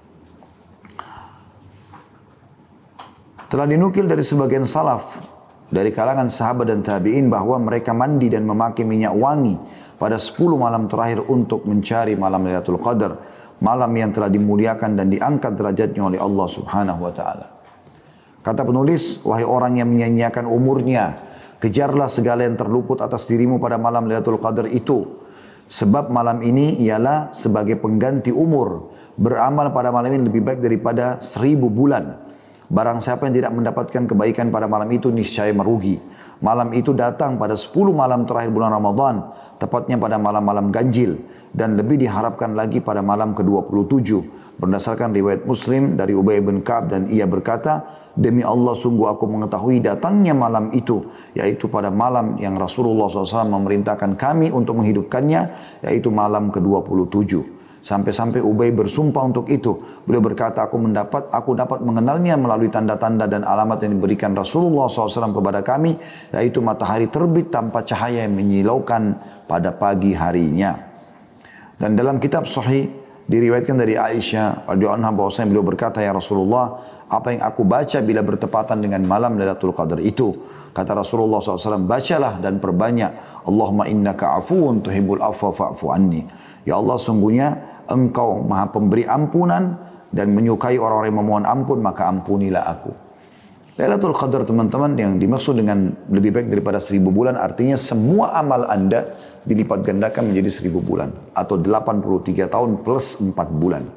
Telah dinukil dari sebagian salaf dari kalangan sahabat dan tabi'in bahwa mereka mandi dan memakai minyak wangi pada sepuluh malam terakhir untuk mencari malam Lailatul Qadar, malam yang telah dimuliakan dan diangkat derajatnya oleh Allah Subhanahu wa taala. Kata penulis, wahai orang yang menyanyiakan umurnya, kejarlah segala yang terluput atas dirimu pada malam Lailatul Qadar itu. Sebab malam ini ialah sebagai pengganti umur. Beramal pada malam ini lebih baik daripada seribu bulan. Barang siapa yang tidak mendapatkan kebaikan pada malam itu, niscaya merugi. Malam itu datang pada sepuluh malam terakhir bulan Ramadan, tepatnya pada malam-malam ganjil, dan lebih diharapkan lagi pada malam ke dua puluh tujuh. Berdasarkan riwayat Muslim dari Ubay bin Ka'ab, dan ia berkata, demi Allah sungguh aku mengetahui datangnya malam itu, yaitu pada malam yang Rasulullah shallallahu alaihi wasallam memerintahkan kami untuk menghidupkannya, yaitu malam ke dua puluh tujuh. Sampai-sampai Ubay bersumpah untuk itu. Beliau berkata, aku mendapat, aku dapat mengenalnya melalui tanda-tanda dan alamat yang diberikan Rasulullah shallallahu alaihi wasallam kepada kami, yaitu matahari terbit tanpa cahaya yang menyilaukan pada pagi harinya. Dan dalam kitab Sahih diriwayatkan dari Aisyah radhiyallahu anha bahwasanya beliau berkata, ya Rasulullah, apa yang aku baca bila bertepatan dengan malam Lailatul Qadar itu? Kata Rasulullah shallallahu alaihi wasallam, bacalah dan perbanyak, Allahumma innaka afuun tuhibbul afwa fa'fu anni. Ya Allah, sungguhnya Engkau maha pemberi ampunan dan menyukai orang-orang yang memohon ampun, maka ampunilah aku. Lailatul Qadar teman-teman yang dimaksud dengan lebih baik daripada seribu bulan, artinya semua amal anda dilipat gandakan menjadi seribu bulan. Atau delapan puluh tiga tahun plus empat bulan.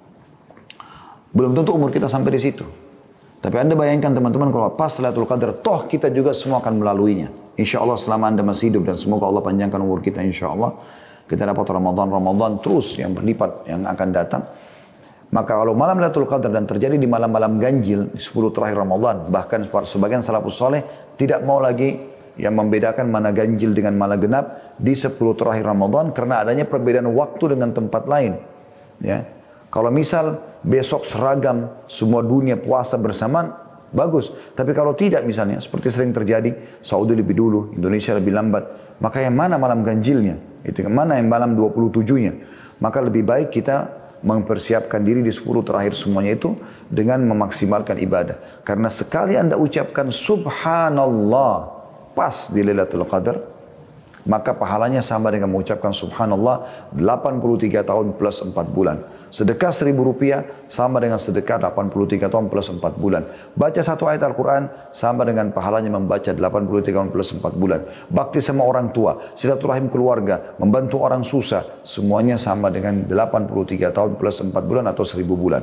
Belum tentu umur kita sampai di situ. Tapi anda bayangkan teman-teman kalau pas Lailatul Qadar, toh kita juga semua akan melaluinya. Insya Allah selama anda masih hidup dan semoga Allah panjangkan umur kita insya Allah. Kita dapat Ramadan-Ramadan terus yang berlipat yang akan datang. Maka kalau malam Lailatul Qadar dan terjadi di malam-malam ganjil, di sepuluh terakhir Ramadan, bahkan sebagian salafus soleh tidak mau lagi yang membedakan mana ganjil dengan mana genap di sepuluh terakhir Ramadan karena adanya perbedaan waktu dengan tempat lain. Ya. Kalau misal besok seragam semua dunia puasa bersamaan, bagus. Tapi kalau tidak misalnya, seperti sering terjadi, Saudi lebih dulu, Indonesia lebih lambat, maka yang mana malam ganjilnya? Itu yang mana yang malam dua puluh tujuh-nya? Maka lebih baik kita mempersiapkan diri di sepuluh terakhir semuanya itu dengan memaksimalkan ibadah. Karena sekali anda ucapkan subhanallah pas di Lailatul Qadar, maka pahalanya sama dengan mengucapkan subhanallah delapan puluh tiga tahun plus empat bulan. Sedekah seribu rupiah sama dengan sedekah delapan puluh tiga tahun plus empat bulan. Baca satu ayat Al-Quran sama dengan pahalanya membaca delapan puluh tiga tahun plus empat bulan. Bakti sama orang tua, silaturahim keluarga, membantu orang susah, semuanya sama dengan delapan puluh tiga tahun plus empat bulan atau seribu bulan.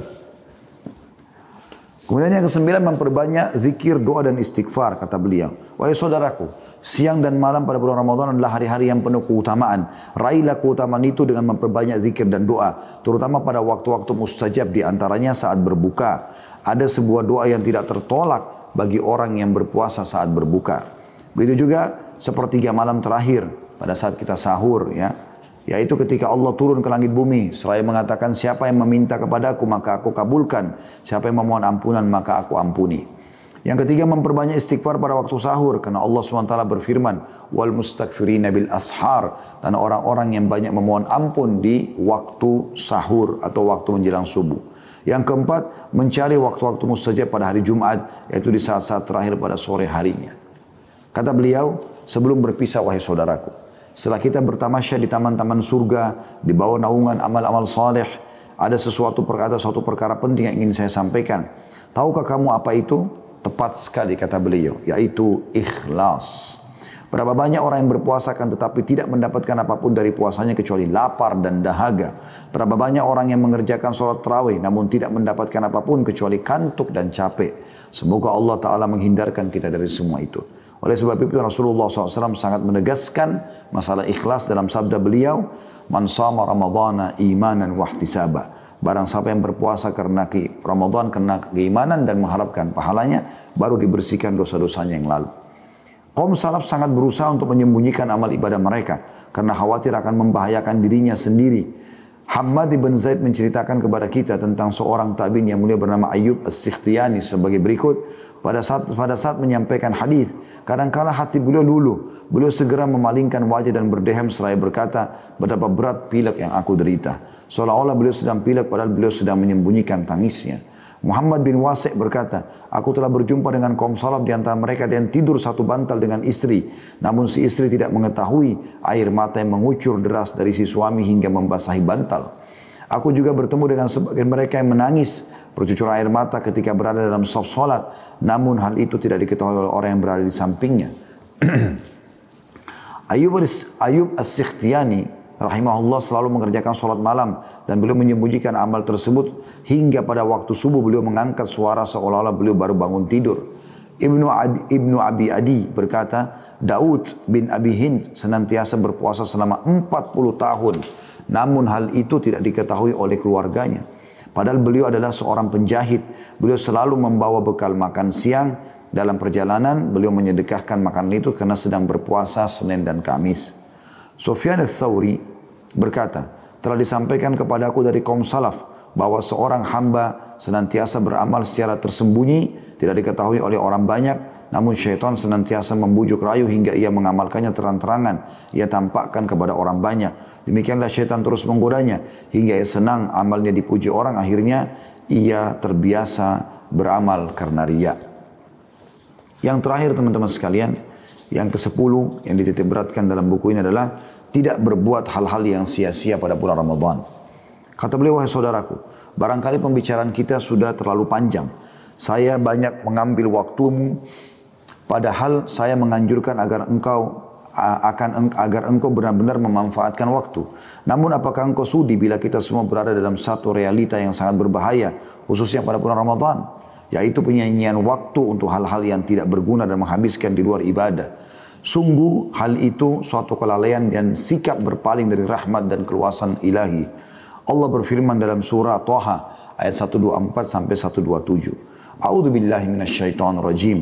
Kemudian yang kesembilan, memperbanyak zikir, doa dan istighfar, kata beliau. Wahai saudaraku, siang dan malam pada bulan Ramadan adalah hari-hari yang penuh keutamaan. Raihlah keutamaan itu dengan memperbanyak zikir dan doa, terutama pada waktu-waktu mustajab, di antaranya saat berbuka. Ada sebuah doa yang tidak tertolak bagi orang yang berpuasa saat berbuka. Begitu juga sepertiga malam terakhir pada saat kita sahur, ya. Yaitu ketika Allah turun ke langit bumi, seraya mengatakan, siapa yang meminta kepadaku maka aku kabulkan, siapa yang memohon ampunan maka aku ampuni. Yang ketiga, memperbanyak istighfar pada waktu sahur, karena Allah subhanahu wa taala berfirman, wal mustaghfirina bil ashar, dan orang-orang yang banyak memohon ampun di waktu sahur atau waktu menjelang subuh. Yang keempat, mencari waktu-waktu mustajab pada hari Jumat, yaitu di saat-saat terakhir pada sore harinya. Kata beliau, sebelum berpisah wahai saudaraku, setelah kita bertamasya di taman-taman surga, di bawah naungan amal-amal saleh, ada sesuatu perkara, suatu perkara penting yang ingin saya sampaikan. Tahukah kamu apa itu? Tepat sekali kata beliau, yaitu ikhlas. Berapa banyak orang yang berpuasa kan tetapi tidak mendapatkan apapun dari puasanya kecuali lapar dan dahaga. Berapa banyak orang yang mengerjakan sholat tarawih namun tidak mendapatkan apapun kecuali kantuk dan capek. Semoga Allah Ta'ala menghindarkan kita dari semua itu. Oleh sebab itu Rasulullah shallallahu alaihi wasallam sangat menegaskan masalah ikhlas dalam sabda beliau, man shama ramadhana imanan wahtisaba. Barang siapa yang berpuasa karena Ramadan karena keimanan dan mengharapkan pahalanya, baru dibersihkan dosa-dosanya yang lalu. Kaum salaf sangat berusaha untuk menyembunyikan amal ibadah mereka karena khawatir akan membahayakan dirinya sendiri. Hammad ibn Zaid menceritakan kepada kita tentang seorang tabi'in yang mulia bernama Ayyub As-Sikhtiyani sebagai berikut. Pada saat pada saat menyampaikan hadis, kadangkala hati beliau luluh. Beliau segera memalingkan wajah dan berdehem seraya berkata, betapa berat pilek yang aku derita. Seolah-olah beliau sedang pilek padahal beliau sedang menyembunyikan tangisnya. Muhammad bin Wasi' berkata, aku telah berjumpa dengan kaum salaf di antara mereka dan tidur satu bantal dengan istri. Namun si istri tidak mengetahui air mata yang mengucur deras dari si suami hingga membasahi bantal. Aku juga bertemu dengan sebagian mereka yang menangis bercucuran air mata ketika berada dalam saf salat, namun hal itu tidak diketahui oleh orang yang berada di sampingnya. Ayyub Ayyub As-Sikhtiyani rahimahullah selalu mengerjakan salat malam dan beliau menyembunyikan amal tersebut hingga pada waktu subuh beliau mengangkat suara seolah-olah beliau baru bangun tidur. Ibnu Adi, Ibnu Abi Adi berkata, Daud bin Abi Hind senantiasa berpuasa selama empat puluh tahun, namun hal itu tidak diketahui oleh keluarganya. Padahal beliau adalah seorang penjahit. Beliau selalu membawa bekal makan siang. Dalam perjalanan beliau menyedekahkan makanan itu karena sedang berpuasa Senin dan Kamis. Sufyan ats-Tsauri berkata, Telah disampaikan kepadaku dari kaum salaf bahwa seorang hamba senantiasa beramal secara tersembunyi, tidak diketahui oleh orang banyak, namun syaitan senantiasa membujuk rayu hingga ia mengamalkannya terang-terangan, ia tampakkan kepada orang banyak. Demikianlah syaitan terus menggodanya hingga ia senang amalnya dipuji orang, akhirnya ia terbiasa beramal karena riya. Yang terakhir teman-teman sekalian, yang kesepuluh yang dititik beratkan dalam buku ini adalah tidak berbuat hal-hal yang sia-sia pada bulan Ramadan. Kata beliau, wahai saudaraku, barangkali pembicaraan kita sudah terlalu panjang. Saya banyak mengambil waktumu, padahal saya menganjurkan agar engkau akan agar engkau benar-benar memanfaatkan waktu. Namun apakah engkau sudi bila kita semua berada dalam satu realita yang sangat berbahaya, khususnya pada bulan Ramadan, yaitu penyanyian waktu untuk hal-hal yang tidak berguna dan menghabiskan di luar ibadah. Sungguh hal itu suatu kelalaian dan sikap berpaling dari rahmat dan keluasan ilahi. Allah berfirman dalam surah Thaha ayat seratus dua puluh empat sampai seratus dua puluh tujuh. A'udzu billahi minasyaitonir rajim.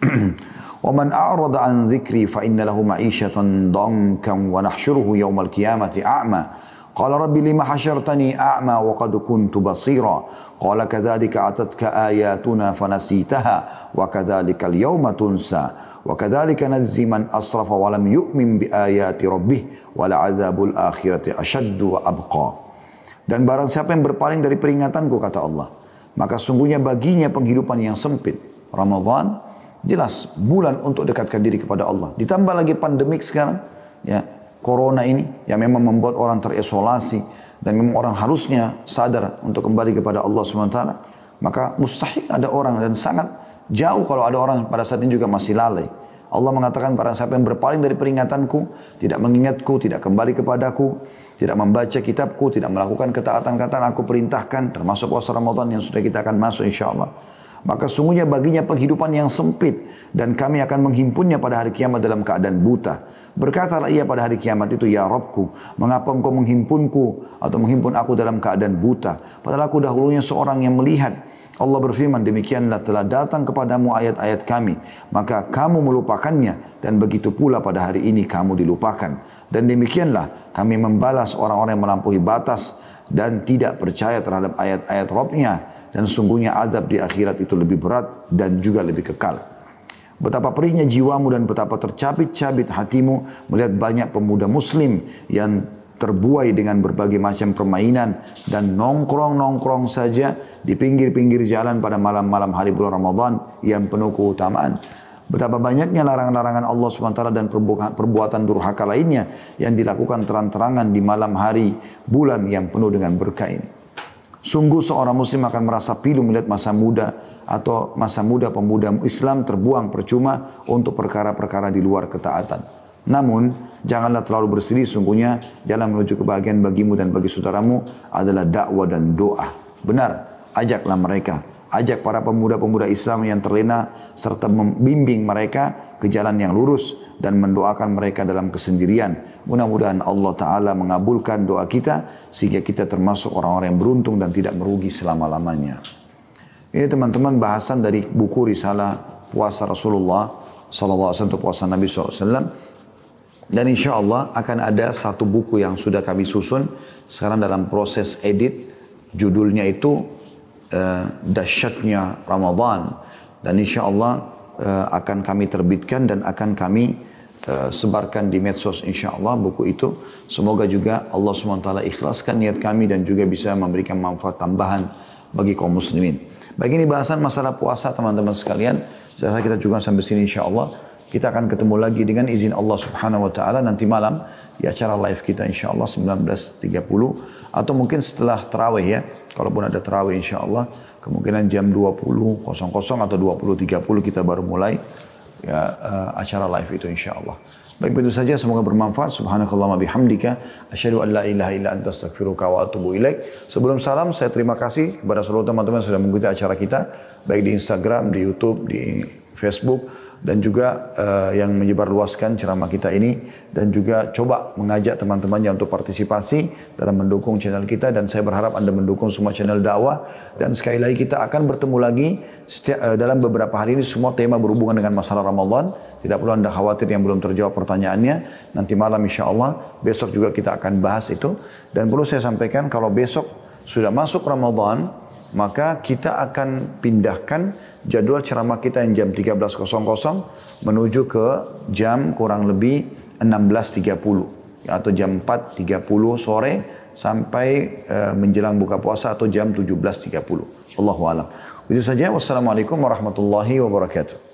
Wa man a'rada an dzikri fa inna lahu ma'isyatan dankan wa nahsyuruhu yaumal qiyamati a'ma. Qala rabbi lima hasyartani a'ma wa qad kuntu basira. Qala kadzalika atatka ayatuna fanasitaha wa kadzalika al-yawma tunsa. Wa kadzalika najzi man asrafa wa lam yu'min bi ayati rabbih wa la'adzabul akhirati asyaddu wa abqa. Dan barang siapa yang berpaling dari peringatanku, kata Allah, maka sungguhnya baginya penghidupan yang sempit. Ramadan jelas bulan untuk dekatkan diri kepada Allah. Ditambah lagi pandemik sekarang, ya, corona ini yang memang membuat orang terisolasi dan memang orang harusnya sadar untuk kembali kepada Allah subhanahu wa taala. Maka mustahil ada orang dan sangat jauh kalau ada orang pada saat ini juga masih lalai. Allah mengatakan barang siapa yang berpaling dari peringatanku, tidak mengingatku, tidak kembali kepadaku, tidak membaca kitabku, tidak melakukan ketaatan-ketaatan aku perintahkan, termasuk puasa Ramadan yang sudah kita akan masuk insyaAllah. Maka sungguhnya baginya penghidupan yang sempit dan kami akan menghimpunnya pada hari kiamat dalam keadaan buta. Berkatalah ia pada hari kiamat itu, ya Rabbku, mengapa engkau menghimpunku atau menghimpun aku dalam keadaan buta? Padahal aku dahulunya seorang yang melihat. Allah berfirman, demikianlah telah datang kepadamu ayat-ayat kami, maka kamu melupakannya, dan begitu pula pada hari ini kamu dilupakan. Dan demikianlah kami membalas orang-orang yang melampaui batas dan tidak percaya terhadap ayat-ayat Rabb-Nya, dan sungguhnya azab di akhirat itu lebih berat dan juga lebih kekal. Betapa perihnya jiwamu dan betapa tercabit-cabit hatimu melihat banyak pemuda muslim yang terbuai dengan berbagai macam permainan dan nongkrong-nongkrong saja di pinggir-pinggir jalan pada malam-malam hari bulan Ramadan yang penuh keutamaan. Betapa banyaknya larangan-larangan Allah subhanahu wa taala dan perbuatan durhaka lainnya yang dilakukan terang-terangan di malam hari bulan yang penuh dengan berkah ini. Sungguh seorang muslim akan merasa pilu melihat masa muda atau masa muda pemuda Islam terbuang percuma untuk perkara-perkara di luar ketaatan. Namun, janganlah terlalu bersedih, sungguhnya jalan menuju kebahagiaan bagimu dan bagi saudaramu adalah dakwah dan doa. Benar, ajaklah mereka. Ajak para pemuda-pemuda Islam yang terlena serta membimbing mereka ke jalan yang lurus dan mendoakan mereka dalam kesendirian. Mudah-mudahan Allah Ta'ala mengabulkan doa kita sehingga kita termasuk orang-orang yang beruntung dan tidak merugi selama-lamanya. Ini teman-teman bahasan dari buku Risalah Puasa Rasulullah sallallahu alaihi wasallam untuk puasa Nabi sallallahu alaihi wasallam. Dan insya Allah akan ada satu buku yang sudah kami susun sekarang dalam proses edit. Judulnya itu uh, Dahsyatnya Ramadan. Dan insya Allah uh, akan kami terbitkan dan akan kami uh, sebarkan di medsos insya Allah buku itu. Semoga juga Allah subhanahu wa taala ikhlaskan niat kami dan juga bisa memberikan manfaat tambahan bagi kaum muslimin. Baik, ini bahasan masalah puasa teman-teman sekalian. Saya rasa kita juga sampai sini insya Allah. Kita akan ketemu lagi dengan izin Allah subhanahu wa ta'ala nanti malam di acara live kita insya Allah sembilan belas tiga puluh atau mungkin setelah tarawih ya. Kalaupun ada tarawih insya Allah kemungkinan jam dua puluh atau dua puluh tiga puluh kita baru mulai ya, uh, acara live itu insya Allah. Baik, itu saja, semoga bermanfaat. Subhanakallahumma bihamdika asyhadu an la ilaha illa anta astaghfiruka wa atubu ilaik. Sebelum salam saya terima kasih kepada seluruh teman-teman yang sudah mengikuti acara kita baik di Instagram, di YouTube, di Facebook dan juga uh, yang menyebarluaskan ceramah kita ini, dan juga coba mengajak teman-temannya untuk partisipasi dalam mendukung channel kita, dan saya berharap Anda mendukung semua channel dakwah. Dan sekali lagi kita akan bertemu lagi setiap, uh, dalam beberapa hari ini, semua tema berhubungan dengan masalah Ramadan. Tidak perlu Anda khawatir yang belum terjawab pertanyaannya. Nanti malam insya Allah, besok juga kita akan bahas itu. Dan perlu saya sampaikan, kalau besok sudah masuk Ramadan, maka kita akan pindahkan jadwal ceramah kita yang jam tiga belas menuju ke jam kurang lebih enam belas tiga puluh atau jam empat tiga puluh sore sampai uh, menjelang buka puasa atau jam tujuh belas tiga puluh. Allahu a'lam. Itu saja. Wassalamualaikum warahmatullahi wabarakatuh.